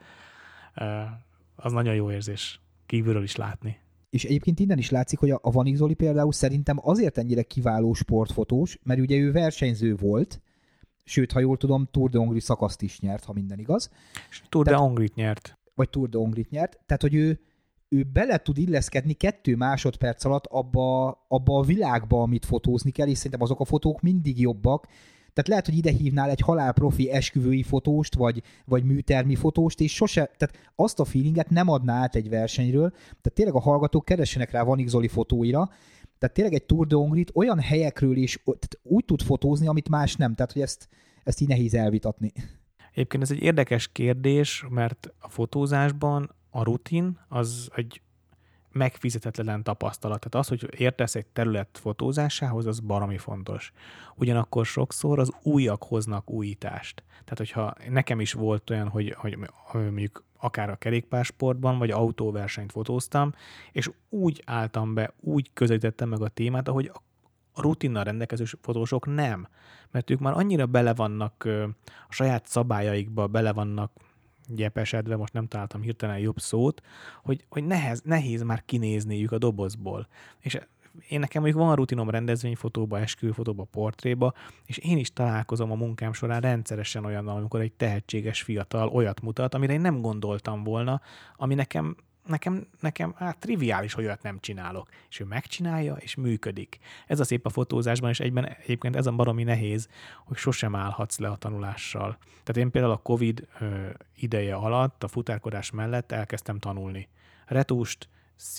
az nagyon jó érzés kívülről is látni.
És egyébként innen is látszik, hogy a Vanik Zoli például szerintem azért ennyire kiváló sportfotós, mert ugye ő versenyző volt, sőt, ha jól tudom, Tour de Hongrie szakaszt is nyert, ha minden igaz.
Tour de Hongrie-t nyert.
Vagy Tour de Hongrie-t nyert. Tehát, hogy ő bele tud illeszkedni 2 másodperc alatt abba a világba, amit fotózni kell, és szerintem azok a fotók mindig jobbak. Tehát lehet, hogy ide hívnál egy halálprofi esküvői fotóst, vagy műtermi fotóst, és tehát azt a feelinget nem adná át egy versenyről. Tehát tényleg a hallgatók keressenek rá Vanik Zoli fotóira. Tehát tényleg egy Tour de Hongrie-t olyan helyekről is úgy tud fotózni, amit más nem. Tehát, hogy ezt így nehéz elvitatni.
Egyébként ez egy érdekes kérdés, mert a fotózásban a rutin az egy megfizetetlen tapasztalat. Tehát az, hogy értesz egy terület fotózásához, az baromi fontos. Ugyanakkor sokszor az újak hoznak újítást. Tehát, hogyha nekem is volt olyan, hogy mondjuk akár a kerékpársportban, vagy autóversenyt fotóztam, és úgy álltam be, úgy közelítettem meg a témát, ahogy a rutinnal rendelkező fotósok nem. Mert ők már annyira bele vannak a saját szabályaikba, bele vannak gyepesedve, most nem találtam hirtelen jobb szót, hogy nehéz már kinézniük a dobozból. És nekem mondjuk van rutinom rendezvényfotóba, esküvőfotóba, portréba, és én is találkozom a munkám során rendszeresen olyannal, amikor egy tehetséges fiatal olyat mutat, amire én nem gondoltam volna, ami nekem triviális, hogy olyat nem csinálok. És ő megcsinálja, és működik. Ez a szép a fotózásban, és egyébként ez a baromi nehéz, hogy sosem állhatsz le a tanulással. Tehát én például a Covid ideje alatt, a futárkodás mellett elkezdtem tanulni. Retust,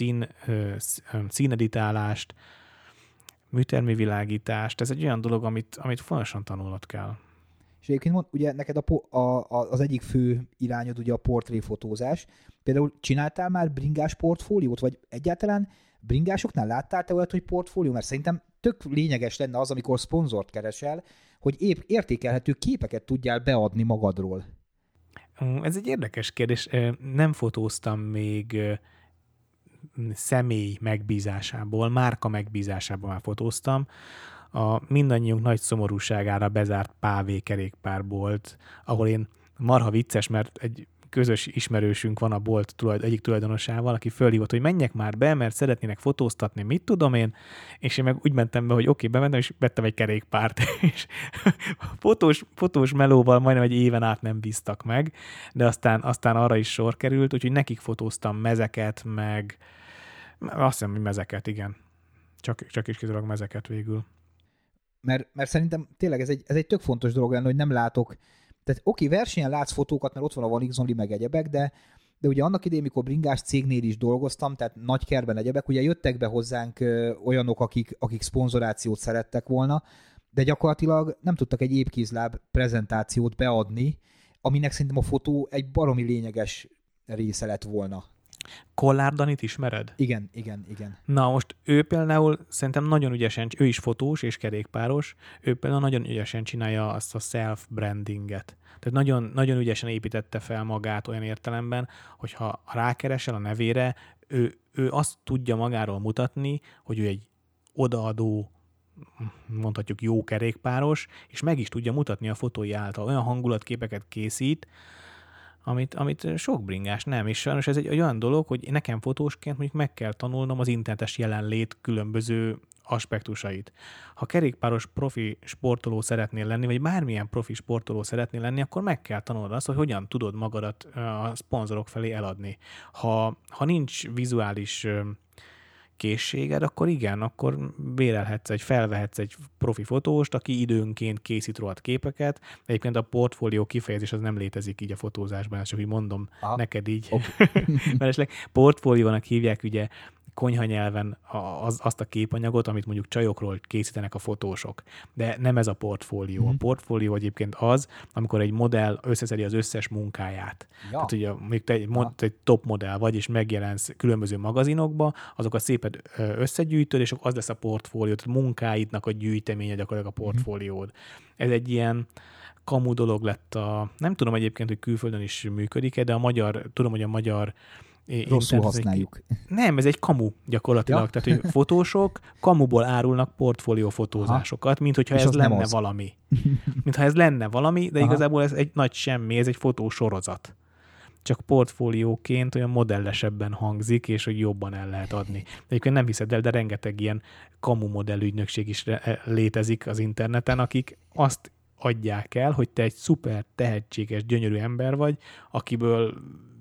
színeditálást, műtermi világítást. Ez egy olyan dolog, amit folyamatosan tanulnod kell.
És egyébként ugye neked az egyik fő irányod ugye a portréfotózás. Például csináltál már bringás portfóliót, vagy egyáltalán bringásoknál láttál te olyat, hogy portfólió? Mert szerintem tök lényeges lenne az, amikor szponzort keresel, hogy épp értékelhető képeket tudjál beadni magadról.
Ez egy érdekes kérdés. Nem fotóztam még személy megbízásából, márka megbízásából már fotóztam. a mindannyiunk nagy szomorúságára bezárt Pávé kerékpárbolt, ahol én marha vicces, mert egy közös ismerősünk van a bolt egyik tulajdonosával, aki fölhívott, hogy menjek már be, mert szeretnének fotóztatni, mit tudom én, és én meg úgy mentem be, hogy oké, bementem, és vettem egy kerékpárt, és fotós melóval majdnem egy éven át nem bíztak meg, de aztán arra is sor került, úgyhogy nekik fotóztam mezeket, meg azt hiszem, hogy mezeket, igen. Csak is kizárólag mezeket végül.
Mert szerintem tényleg ez egy tök fontos dolog lenne, hogy nem látok. Tehát oké, versenyen látsz fotókat, mert ott van a Van X-Only meg egyebek, de ugye annak idején, mikor bringás cégnél is dolgoztam, tehát nagy kerben egyebek, ugye jöttek be hozzánk olyanok, akik szponzorációt szerettek volna, de gyakorlatilag nem tudtak egy épkézláb prezentációt beadni, aminek szerintem a fotó egy baromi lényeges része lett volna.
Kollár Danit ismered?
Igen.
Na most ő például szerintem nagyon ügyesen, ő is fotós és kerékpáros, ő például nagyon ügyesen csinálja azt a self-brandinget. Tehát nagyon, nagyon ügyesen építette fel magát olyan értelemben, hogyha rákeresel a nevére, ő azt tudja magáról mutatni, hogy ő egy odaadó, mondhatjuk jó kerékpáros, és meg is tudja mutatni a fotói által. Olyan hangulatképeket készít, amit sok bringás nem, és sajnos ez egy olyan dolog, hogy nekem fotósként mondjuk meg kell tanulnom az internetes jelenlét különböző aspektusait. Ha kerékpáros profi sportoló szeretnél lenni, vagy bármilyen profi sportoló szeretnél lenni, akkor meg kell tanulnod azt, hogy hogyan tudod magadat a szponzorok felé eladni. Ha nincs vizuális készséged, akkor igen, akkor felvehetsz egy profi fotóst, aki időnként készít rólad képeket. Egyébként a portfólió kifejezés az nem létezik így a fotózásban, csak úgy mondom neked így. Okay. Mert portfóliónak hívják ugye konyhanyelven azt a képanyagot, amit mondjuk csajokról készítenek a fotósok. De nem ez a portfólió. A portfólió egyébként az, amikor egy modell összeszedi az összes munkáját. Ja. Tehát ugye még te egy top modell vagy, és megjelensz különböző magazinokba, azokat szépen összegyűjtöd, és az lesz a portfólió, tehát munkáidnak a gyűjteménye gyakorlatilag a portfóliód. Ez egy ilyen kamu dolog lett nem tudom egyébként, hogy külföldön is működik-e, de tudom, hogy a magyar
rosszul használjuk.
Nem, ez egy kamu gyakorlatilag. Ja. Tehát, hogy fotósok kamuból árulnak portfólió fotózásokat, mint hogyha ez lenne valami. Mintha ez lenne valami, de igazából ez egy nagy semmi, ez egy fotósorozat. Csak portfólióként olyan modellesebben hangzik, és hogy jobban el lehet adni. De egyébként nem hiszed el, de rengeteg ilyen kamu modellügynökség is létezik az interneten, akik azt adják el, hogy te egy szuper tehetséges, gyönyörű ember vagy, akiből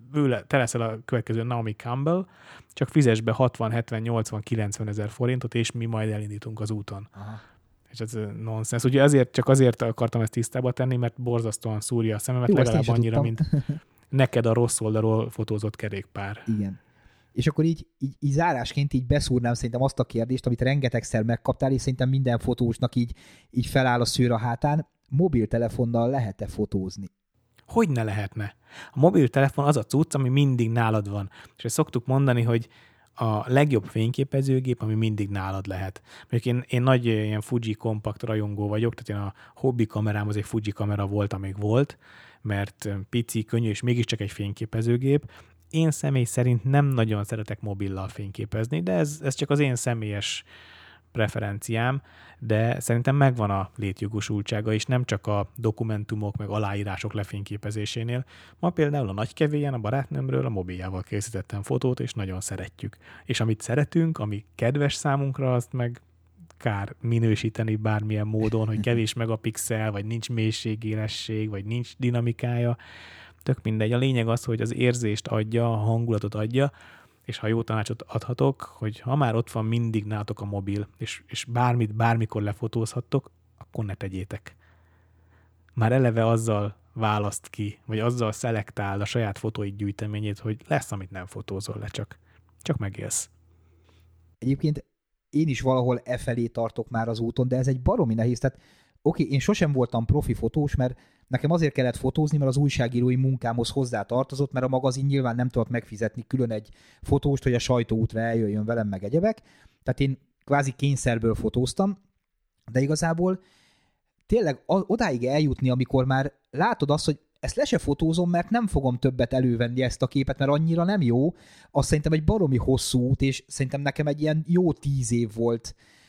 te leszel a következő Naomi Campbell, csak fizess be 60, 70, 80, 90 ezer forintot, és mi majd elindítunk az úton. Aha. És ez nonsens. Ugye csak azért akartam ezt tisztába tenni, mert borzasztóan szúrja a szememet, legalább annyira, mint neked a rossz oldalról fotózott kerékpár.
Igen. És akkor így zárásként így beszúrnám szerintem azt a kérdést, amit rengetegszer megkaptál, és szerintem minden fotósnak így feláll a szőr a hátán. Mobiltelefonnal lehet-e fotózni?
Hogy ne lehetne? A mobiltelefon az a cucc, ami mindig nálad van. És ezt szoktuk mondani, hogy a legjobb fényképezőgép, ami mindig nálad lehet. Mondjuk én nagy ilyen Fuji kompakt rajongó vagyok, tehát én a hobbi kamerám az egy Fuji kamera volt, amíg volt, mert pici, könnyű, és mégiscsak egy fényképezőgép. Én személy szerint nem nagyon szeretek mobillal fényképezni, de ez csak az én személyes preferenciám, de szerintem megvan a létjogosultsága is, nem csak a dokumentumok meg aláírások lefényképezésénél. Ma például a nagykevélyen a barátnőmről a mobiljával készítettem fotót, és nagyon szeretjük. És amit szeretünk, ami kedves számunkra, azt meg kár minősíteni bármilyen módon, hogy kevés megapixel, vagy nincs mélységélesség, vagy nincs dinamikája. Tök mindegy. A lényeg az, hogy az érzést adja, a hangulatot adja, és ha jó tanácsot adhatok, hogy ha már ott van mindig nálatok a mobil, és bármikor lefotózhattok, akkor ne tegyétek. Már eleve azzal választ ki, vagy azzal szelektáld a saját fotóid gyűjteményét, hogy lesz, amit nem fotózol le, csak megélsz.
Egyébként én is valahol felé tartok már az úton, de ez egy baromi nehéz. Tehát oké, én sosem voltam profi fotós, mert nekem azért kellett fotózni, mert az újságírói munkámhoz hozzátartozott, mert a magazin nyilván nem tudott megfizetni külön egy fotóst, hogy a sajtóútra eljöjjön velem meg egyebek. Tehát én kvázi kényszerből fotóztam, de igazából tényleg odáig eljutni, amikor már látod azt, hogy ezt le se fotózom, mert nem fogom többet elővenni ezt a képet, mert annyira nem jó, az szerintem egy baromi hosszú út, és szerintem nekem egy ilyen jó 10 év volt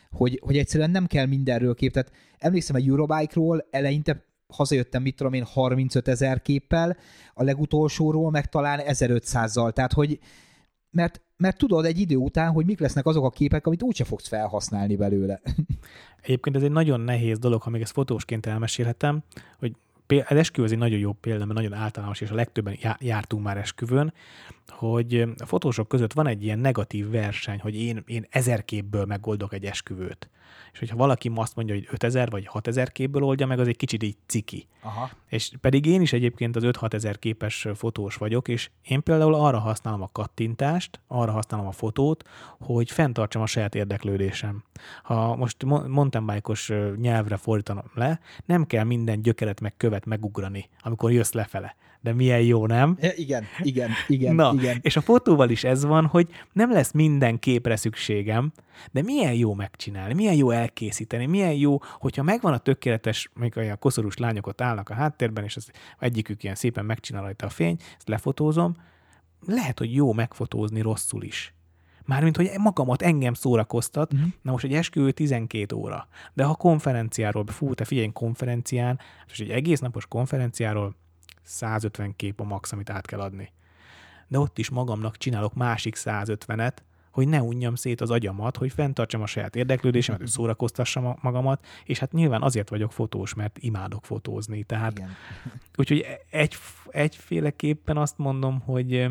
hogy egyszerűen nem kell mindenről kép. Tehát emlékszem egy Eurobike-ról, eleinte hazajöttem, mit tudom én, 35 000 képpel, a legutolsóról meg talán 1500-zal. Tehát, hogy mert tudod egy idő után, hogy mik lesznek azok a képek, amit úgyse fogsz felhasználni belőle.
Egyébként ez egy nagyon nehéz dolog, ha még ezt fotósként elmesélhetem, hogy az esküvő az egy nagyon jó példa, mert nagyon általános, és a legtöbben jártunk már esküvőn, hogy a fotósok között van egy ilyen negatív verseny, hogy én 1000 képből megoldok egy esküvőt. És hogyha valaki azt mondja, hogy 5000 vagy 6000 képből oldja meg, az egy kicsit így ciki.
Aha.
És pedig én is egyébként az 5-6 ezer képes fotós vagyok, és én például arra használom a kattintást, arra használom a fotót, hogy fenntartsam a saját érdeklődésem. Ha most mountain bike-os nyelvre fordítanom le, nem kell minden gyökeret meg követ megugrani, amikor jössz lefele. De milyen jó, nem?
Igen.
Na,
igen.
És a fotóval is ez van, hogy nem lesz minden képre szükségem, de milyen jó megcsinálni, milyen jó elkészíteni, milyen jó, hogyha megvan a tökéletes, még olyan koszorús lányok ott állnak a háttérben, és az egyikük ilyen szépen megcsinál rajta a fény, ezt lefotózom, lehet, hogy jó megfotózni rosszul is. Mármint, hogy magamat engem szórakoztat, na most egy esküvő 12 óra, de ha konferenciáról, te figyelj, konferencián, és egy egész napos konferenciáról 150 kép a max, amit át kell adni. De ott is magamnak csinálok másik 150-et, hogy ne unjam szét az agyamat, hogy fenntartsam a saját érdeklődésemet, hogy szórakoztassam magamat, és hát nyilván azért vagyok fotós, mert imádok fotózni. Tehát, úgyhogy egyféleképpen azt mondom,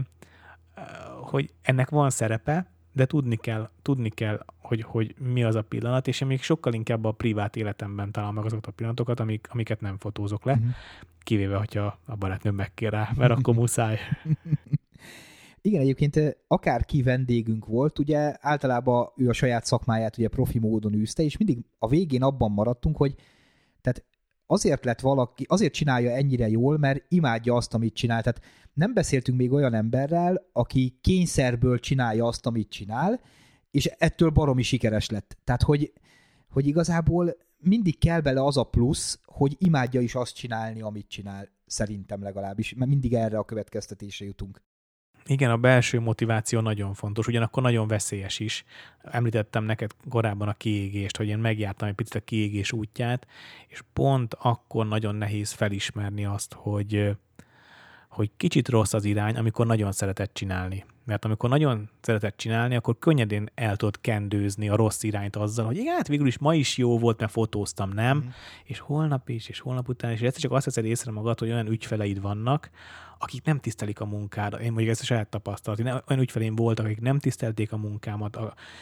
hogy ennek van szerepe, de tudni kell, hogy mi az a pillanat, és én még sokkal inkább a privát életemben találom meg azokat a pillanatokat, amiket nem fotózok le, kivéve, hogyha a barátnőm megkér rá, mert akkor muszáj.
Igen, egyébként akárki vendégünk volt, ugye általában ő a saját szakmáját ugye profi módon űzte, és mindig a végén abban maradtunk, hogy tehát azért csinálja ennyire jól, mert imádja azt, amit csinál. Tehát nem beszéltünk még olyan emberrel, aki kényszerből csinálja azt, amit csinál, és ettől baromi sikeres lett. Tehát, hogy igazából mindig kell bele az a plusz, hogy imádja is azt csinálni, amit csinál, szerintem legalábbis, mert mindig erre a következtetésre jutunk.
Igen, a belső motiváció nagyon fontos, ugyanakkor nagyon veszélyes is. Említettem neked korábban a kiégést, hogy én megjártam egy picit a kiégés útját, és pont akkor nagyon nehéz felismerni azt, hogy kicsit rossz az irány, amikor nagyon szeretett csinálni. Mert amikor nagyon szeretett csinálni, akkor könnyedén el tudod kendőzni a rossz irányt azzal, hogy igen, hát végül is ma is jó volt, mert fotóztam, nem? És holnap is, és holnap után is, és egyszer csak azt veszed észre magad, hogy olyan ügyfeleid vannak, akik nem tisztelik a munkádat. Én mondjuk ezt a saját tapasztalat. Olyan ügyfeleim voltak, akik nem tisztelték a munkámat.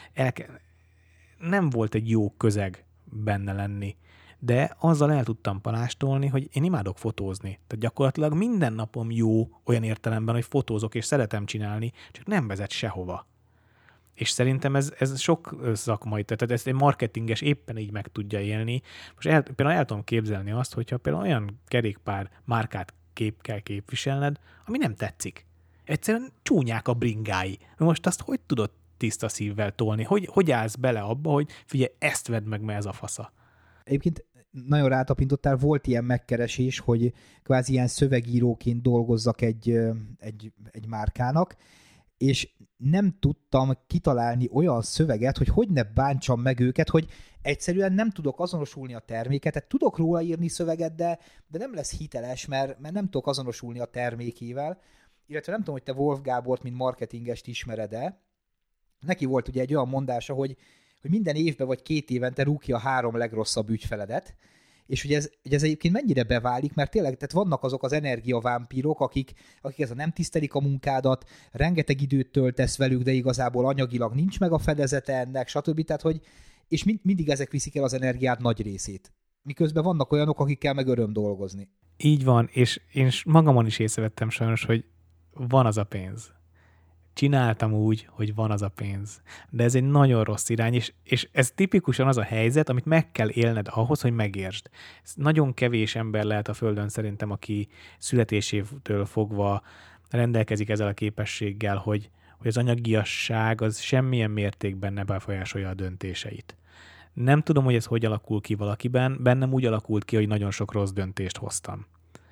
Nem volt egy jó közeg benne lenni. De azzal el tudtam palástolni, hogy én imádok fotózni. Tehát gyakorlatilag minden napom jó olyan értelemben, hogy fotózok és szeretem csinálni, csak nem vezet sehova. És szerintem ez sok szakmai, tehát ezt egy marketinges éppen így meg tudja élni. Most például el tudom képzelni azt, hogyha például olyan kerékpár márkát kell képviselned, ami nem tetszik. Egyszerűen csúnyák a bringái. Most azt hogy tudod tiszta szívvel tolni? Hogy állsz bele abba, hogy figyelj, ezt vedd meg, mert ez a fasza.
Egyébként nagyon rátapintottál, volt ilyen megkeresés, hogy kvázi ilyen szövegíróként dolgozzak egy márkának, és nem tudtam kitalálni olyan szöveget, hogy ne bántsam meg őket, hogy egyszerűen nem tudok azonosulni a terméket, tehát tudok róla írni szöveget, de nem lesz hiteles, mert nem tudok azonosulni a termékével, illetve nem tudom, hogy te Wolf Gábort, mint marketingest ismered-e. Neki volt ugye egy olyan mondása, hogy minden évben vagy 2 évente rúg ki a 3 legrosszabb ügyfeledet, és hogy ez egyébként mennyire beválik, mert tényleg tehát vannak azok az energiavámpírok, akik ez nem tisztelik a munkádat, rengeteg időt töltesz velük, de igazából anyagilag nincs meg a fedezete ennek, stb. Tehát, hogy és mindig ezek viszik el az energiád nagy részét. Miközben vannak olyanok, akikkel meg öröm dolgozni.
Így van, és én magamon is észrevettem sajnos, hogy van az a pénz. Csináltam úgy, hogy van az a pénz. De ez egy nagyon rossz irány, és ez tipikusan az a helyzet, amit meg kell élned ahhoz, hogy megértsd. Ez nagyon kevés ember lehet a Földön szerintem, aki születésétől fogva rendelkezik ezzel a képességgel, hogy az anyagiasság az semmilyen mértékben ne befolyásolja a döntéseit. Nem tudom, hogy ez hogy alakul ki valakiben, bennem úgy alakult ki, hogy nagyon sok rossz döntést hoztam.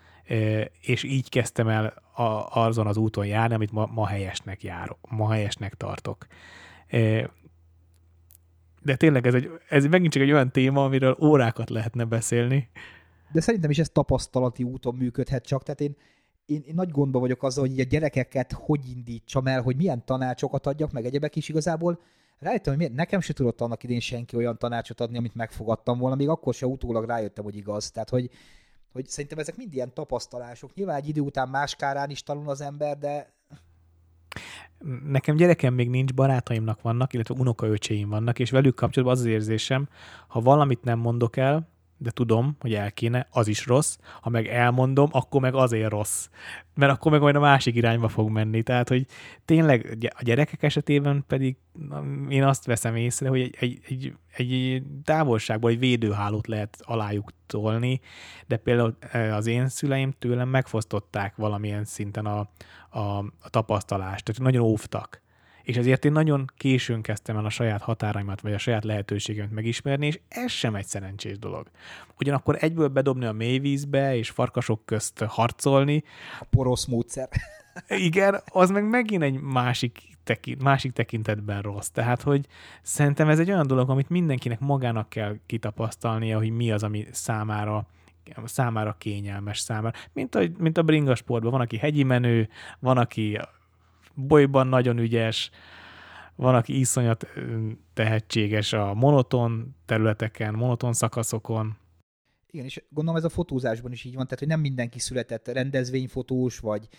És így kezdtem el azon az úton járni, amit ma helyesnek tartok. De tényleg ez megint csak egy olyan téma, amiről órákat lehetne beszélni.
De szerintem is ez tapasztalati úton működhet csak, tehát én nagy gondban vagyok azzal, hogy így a gyerekeket hogy indítsam el, hogy milyen tanácsokat adjak, meg egyebek is igazából. Rájöttem, hogy nekem se tudott annak idén senki olyan tanácsot adni, amit megfogadtam volna, még akkor se utólag rájöttem, hogy igaz. Tehát, hogy szerintem ezek mind ilyen tapasztalások. Nyilván egy idő után más kárán is tanul az ember, de...
Nekem gyerekem még nincs, barátaimnak vannak, illetve unokaöcséim vannak, és velük kapcsolatban az az érzésem, ha valamit nem mondok el, de tudom, hogy el kéne, az is rossz. Ha meg elmondom, akkor meg azért rossz. Mert akkor meg majd a másik irányba fog menni. Tehát, hogy tényleg a gyerekek esetében pedig én azt veszem észre, hogy egy távolságból egy védőhálót lehet alájuk tolni, de például az én szüleim tőlem megfosztották valamilyen szinten a tapasztalást. Tehát nagyon óvtak. És ezért én nagyon későn kezdtem el a saját határaimat, vagy a saját lehetőségeimet megismerni, és ez sem egy szerencsés dolog. Ugyanakkor egyből bedobni a mélyvízbe, és farkasok közt harcolni.
A porosz módszer.
Igen, az meg megint egy másik tekintetben rossz. Tehát, hogy szerintem ez egy olyan dolog, amit mindenkinek magának kell kitapasztalnia, hogy mi az, ami számára kényelmes számára. Mint a bringasportban. Van, aki hegyi menő, van, aki bolyban nagyon ügyes, van, aki iszonyat tehetséges a monoton területeken, monoton szakaszokon.
Igen, és gondolom ez a fotózásban is így van, tehát hogy nem mindenki született rendezvényfotós,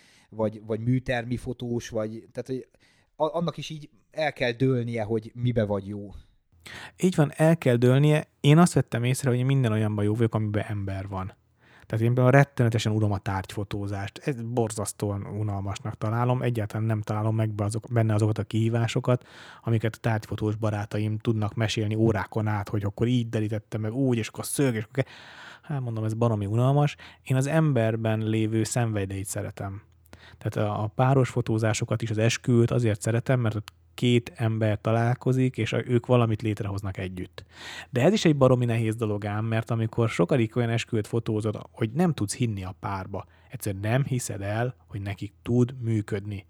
vagy műtermi fotós, tehát hogy annak is így el kell dőlnie, hogy mibe vagy jó.
Így van, el kell dőlnie. Én azt vettem észre, hogy minden olyanban jó vagyok, amiben ember van. Tehát én például rettenetesen unom a tárgyfotózást. Ez borzasztóan unalmasnak találom. Egyáltalán nem találom meg benne azokat a kihívásokat, amiket a tárgyfotós barátaim tudnak mesélni órákon át, hogy akkor így derítettem meg úgy, és akkor szög, és akkor... Hát mondom, ez baromi unalmas. Én az emberben lévő szenvedélyt szeretem. Tehát a páros fotózásokat is, az esküvőt azért szeretem, mert ott két ember találkozik, és ők valamit létrehoznak együtt. De ez is egy baromi nehéz dolog ám, mert amikor sokadik olyan esküvőt fotózod, hogy nem tudsz hinni a párba, egyszerűen nem hiszed el, hogy nekik tud működni.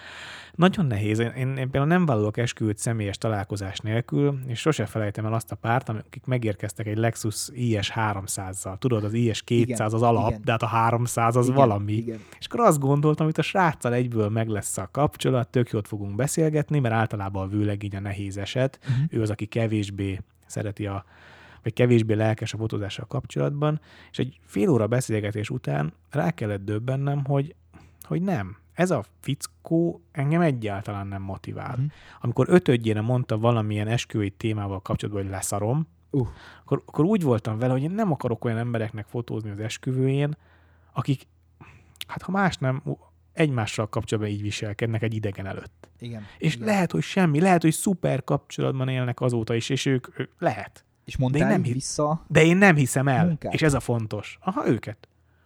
Nagyon nehéz. Én például nem vállalok esküvőt személyes találkozás nélkül, és sose felejtem el azt a párt, akik megérkeztek egy Lexus IS 300-zal. Tudod, az IS 200 az alap, igen. De hát a 300 az igen, valami. Igen. És akkor azt gondoltam, hogy a sráccal egyből meg lesz a kapcsolat, tök jót fogunk beszélgetni, mert általában a vőlegény a nehéz eset. Ő az, aki kevésbé szereti vagy kevésbé lelkes a fotózással kapcsolatban, és egy fél óra beszélgetés után rá kellett döbbennem, hogy nem. Ez a fickó engem egyáltalán nem motivál. Amikor ötödjére mondta valamilyen esküvői témával kapcsolatban, hogy leszarom, akkor úgy voltam vele, hogy én nem akarok olyan embereknek fotózni az esküvőjén, akik, hát ha más nem, egymással kapcsolatban így viselkednek egy idegen előtt.
Igen.
És
igen.
Lehet, hogy szuper kapcsolatban élnek azóta is, és ők lehet.
És mondtál vissza?
De én nem hiszem el,
munkát.
És ez a fontos. Aha, őket.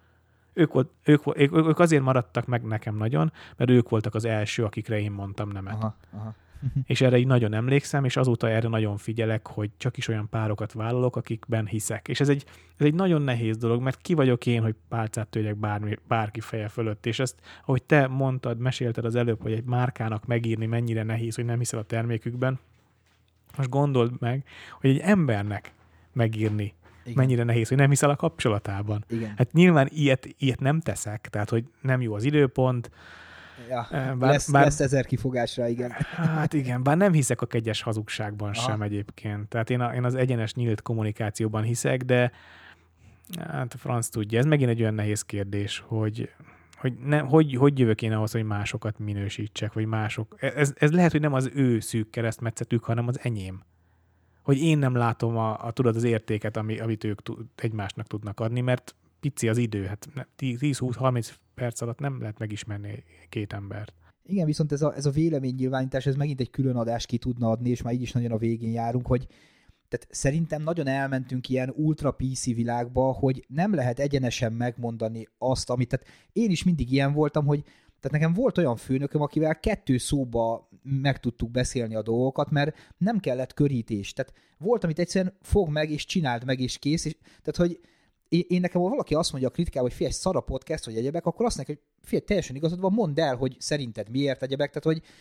Ők azért maradtak meg nekem nagyon, mert ők voltak az első, akikre én mondtam nemet.
Aha.
És erre így nagyon emlékszem, és azóta erre nagyon figyelek, hogy csak is olyan párokat vállalok, akikben hiszek. És ez egy nagyon nehéz dolog, mert ki vagyok én, hogy pálcát törjek bárki feje fölött. És ezt, ahogy te mondtad, mesélted az előbb, hogy egy márkának megírni mennyire nehéz, hogy nem hiszel a termékükben. Most gondold meg, hogy egy embernek megírni igen. Mennyire nehéz, hogy nem hiszel a kapcsolatában.
Igen.
Hát nyilván ilyet nem teszek, tehát hogy nem jó az időpont.
Ja, lesz 1000 kifogásra, igen.
Hát igen, bár nem hiszek a kegyes hazugságban sem egyébként. Tehát én az egyenes nyílt kommunikációban hiszek, de hát a franc tudja. Ez megint egy olyan nehéz kérdés, hogy jövök én ahhoz, hogy másokat minősítsek, vagy mások. Ez lehet, hogy nem az ő szűk keresztmetszetük, hanem az enyém. Hogy én nem látom tudod, az értéket, amit ők egymásnak tudnak adni, mert pici az idő, hát 10-20-30 perc alatt nem lehet megismerni két embert.
Igen, viszont ez a véleménynyilvánítás, ez megint egy külön adást ki tudna adni, és már így is nagyon a végén járunk, hogy tehát szerintem nagyon elmentünk ilyen ultra PC világba, hogy nem lehet egyenesen megmondani azt, amit, tehát én is mindig ilyen voltam, hogy tehát nekem volt olyan főnököm, akivel 2 szóba meg tudtuk beszélni a dolgokat, mert nem kellett körítés. Tehát volt, amit egyszerűen fog meg, és csináld meg, és kész. És, tehát, hogy én nekem, ha valaki azt mondja a kritikában, hogy figyelj, szar a podcast, vagy egyebek, akkor azt neki, hogy figyelj, teljesen igazad van, mondd el, hogy szerinted miért egyebek. Tehát, hogy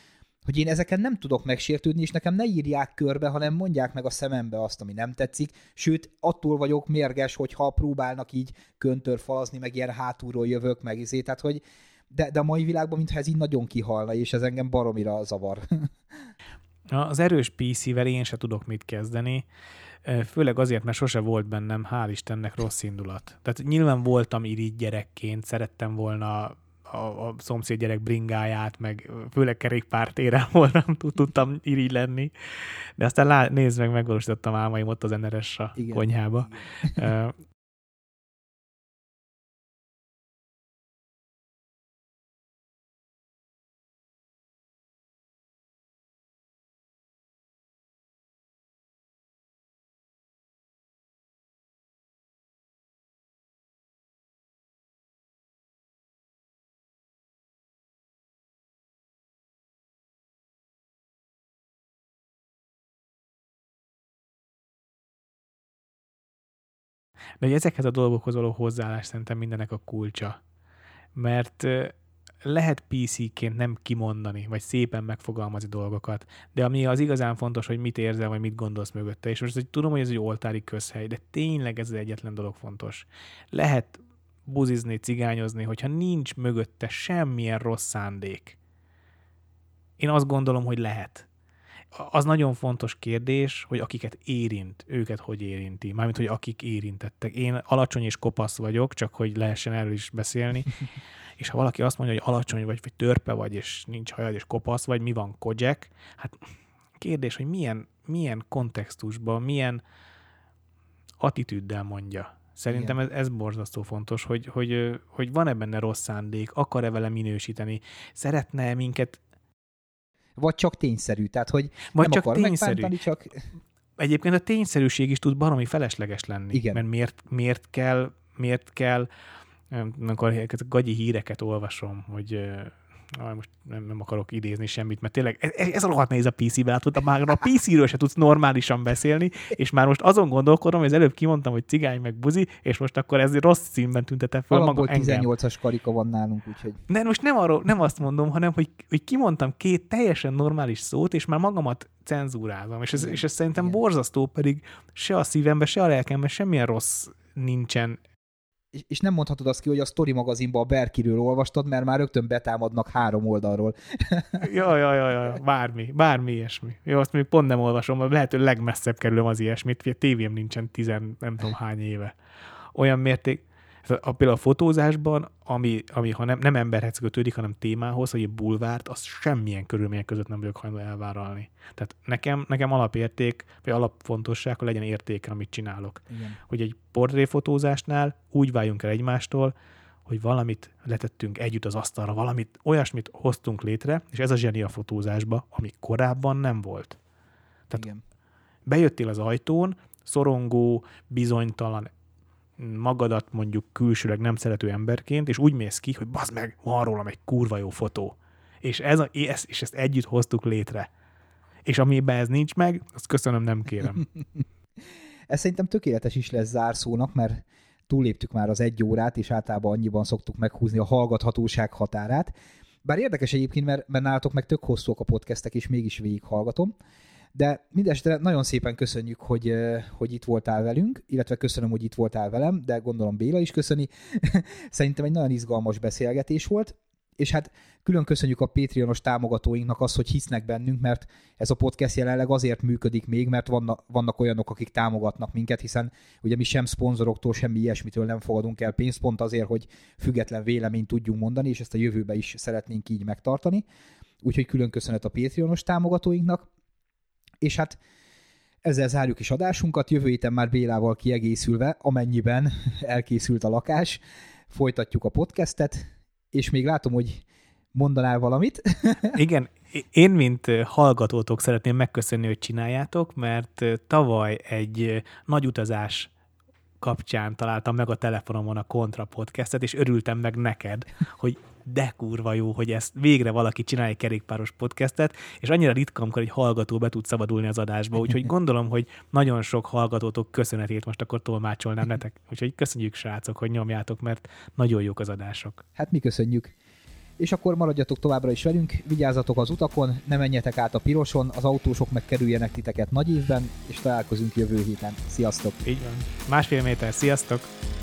hogy én ezeken nem tudok megsértődni, és nekem ne írják körbe, hanem mondják meg a szemembe azt, ami nem tetszik. Sőt, attól vagyok mérges, hogyha próbálnak így köntörfalazni, meg ilyen hátulról jövök, meg tehát hogy de a mai világban, mintha ez így nagyon kihalna, és ez engem baromira zavar.
Az erős PC-vel én se tudok mit kezdeni, főleg azért, mert sose volt bennem, hál' Istennek, rossz indulat. Tehát nyilván voltam irigy gyerekként, szerettem volna a szomszéd gyerek bringáját, meg főleg kerékpártéren voltam, tudtam irigy lenni, de aztán nézd meg, megvalósítottam álmaim ott az NRS-a konyhába. Igen. De ezekhez a dolgokhoz való hozzáállás szerintem mindennek a kulcsa. Mert lehet PC-ként nem kimondani, vagy szépen megfogalmazni dolgokat, de ami az igazán fontos, hogy mit érzel, vagy mit gondolsz mögötte. És most tudom, hogy ez egy oltári közhely, de tényleg ez az egyetlen dolog fontos. Lehet buzizni, cigányozni, hogyha nincs mögötte semmilyen rossz szándék. Én azt gondolom, hogy lehet. Az nagyon fontos kérdés, hogy akiket érint, őket hogy érinti. Mármint, hogy akik érintettek. Én alacsony és kopasz vagyok, csak hogy lehessen erről is beszélni. És ha valaki azt mondja, hogy alacsony vagy törpe vagy, és nincs hajad, és kopasz vagy, mi van, Kojak? Hát kérdés, hogy milyen kontextusban, milyen attitűddel mondja. Szerintem ez borzasztó fontos, hogy van-e benne rossz szándék, akar-e vele minősíteni, szeretne minket.
Vagy csak tényszerű, tehát hogy
vagy
nem
csak
akar megbántani, csak...
Egyébként a tényszerűség is tud baromi felesleges lenni.
Igen.
Mert miért kell amikor gagyi híreket olvasom, hogy most nem akarok idézni semmit, mert tényleg ez a rohadt nehéz a PC-vel, már a PC-ről se tudsz normálisan beszélni, és már most azon gondolkodom, hogy az előbb kimondtam, hogy cigány meg buzi, és most akkor ez rossz címben tüntette fel
maga engem. 18-as karika van nálunk, úgyhogy...
De most nem azt mondom, hanem, hogy kimondtam két teljesen normális szót, és már magamat cenzúrázom, és ez szerintem borzasztó, pedig se a szívemben, se a lelkemben semmilyen rossz nincsen.
És nem mondhatod azt ki, hogy a Story magazinban a Berkiről olvastad, mert már rögtön betámadnak 3 oldalról.
Jaj, bármi ilyesmi. Jó, azt még pont nem olvasom, lehető legmesszebb kerülöm az ilyesmit, a tévém nincsen nem tudom hány éve. Olyan mérték, például a fotózásban, ami ha nem emberhez kötődik, hanem témához, hogy egy bulvárt, azt semmilyen körülmények között nem vagyok hajlandó elvállalni. Tehát nekem alapérték, vagy alapfontosság, hogy legyen értéke, amit csinálok.
Igen.
Hogy egy portréfotózásnál úgy váljunk el egymástól, hogy valamit letettünk együtt az asztalra, olyasmit hoztunk létre, és ez a zseni a fotózásba, ami korábban nem volt. Tehát igen. Bejöttél az ajtón, szorongó, bizonytalan, magadat mondjuk külsőleg nem szerető emberként, és úgy mész ki, hogy bazd meg, van rólam egy kurva jó fotó. És ezt együtt hoztuk létre. És amiben ez nincs meg, azt köszönöm, nem kérem.
Ez szerintem tökéletes is lesz zárszónak, mert túlléptük már az 1 órát, és általában annyiban szoktuk meghúzni a hallgathatóság határát. Bár érdekes egyébként, mert nálatok meg tök hosszúak a podcastek, és mégis végighallgatom. De mindesetre nagyon szépen köszönjük, hogy itt voltál velünk, illetve köszönöm, hogy itt voltál velem, de gondolom Béla is köszöni. Szerintem egy nagyon izgalmas beszélgetés volt, és hát külön köszönjük a Patreonos támogatóinknak azt, hogy hisznek bennünk, mert ez a podcast jelenleg azért működik még, mert vannak olyanok, akik támogatnak minket, hiszen ugye mi sem szponzoroktól, semmi ilyesmitől nem fogadunk el pénzt, pont azért, hogy független véleményt tudjunk mondani, és ezt a jövőben is szeretnénk így megtartani. Úgyhogy külön köszönet a Patreonos támogatóinknak. És hát ezzel zárjuk is adásunkat, jövő héten már Bélával kiegészülve, amennyiben elkészült a lakás, folytatjuk a podcastet, és még látom, hogy mondanál valamit.
Igen, én mint hallgatótok szeretném megköszönni, hogy csináljátok, mert tavaly egy nagy utazás kapcsán találtam meg a telefonomon a Kontra podcastet, és örültem meg neked, hogy de kurva jó, hogy ezt végre valaki csinálja egy kerékpáros podcastet, és annyira ritka, amikor egy hallgató be tud szabadulni az adásba, úgyhogy gondolom, hogy nagyon sok hallgatótok köszönetét most akkor tolmácsolnám nektek. Úgyhogy köszönjük, srácok, hogy nyomjátok, mert nagyon jók az adások.
Hát mi köszönjük. És akkor maradjatok továbbra is velünk, vigyázzatok az utakon, ne menjetek át a piroson, az autósok megkerüljenek titeket nagy évben, és találkozunk jövő héten. Sziasztok!
Így van. 1,5 méter, sziasztok!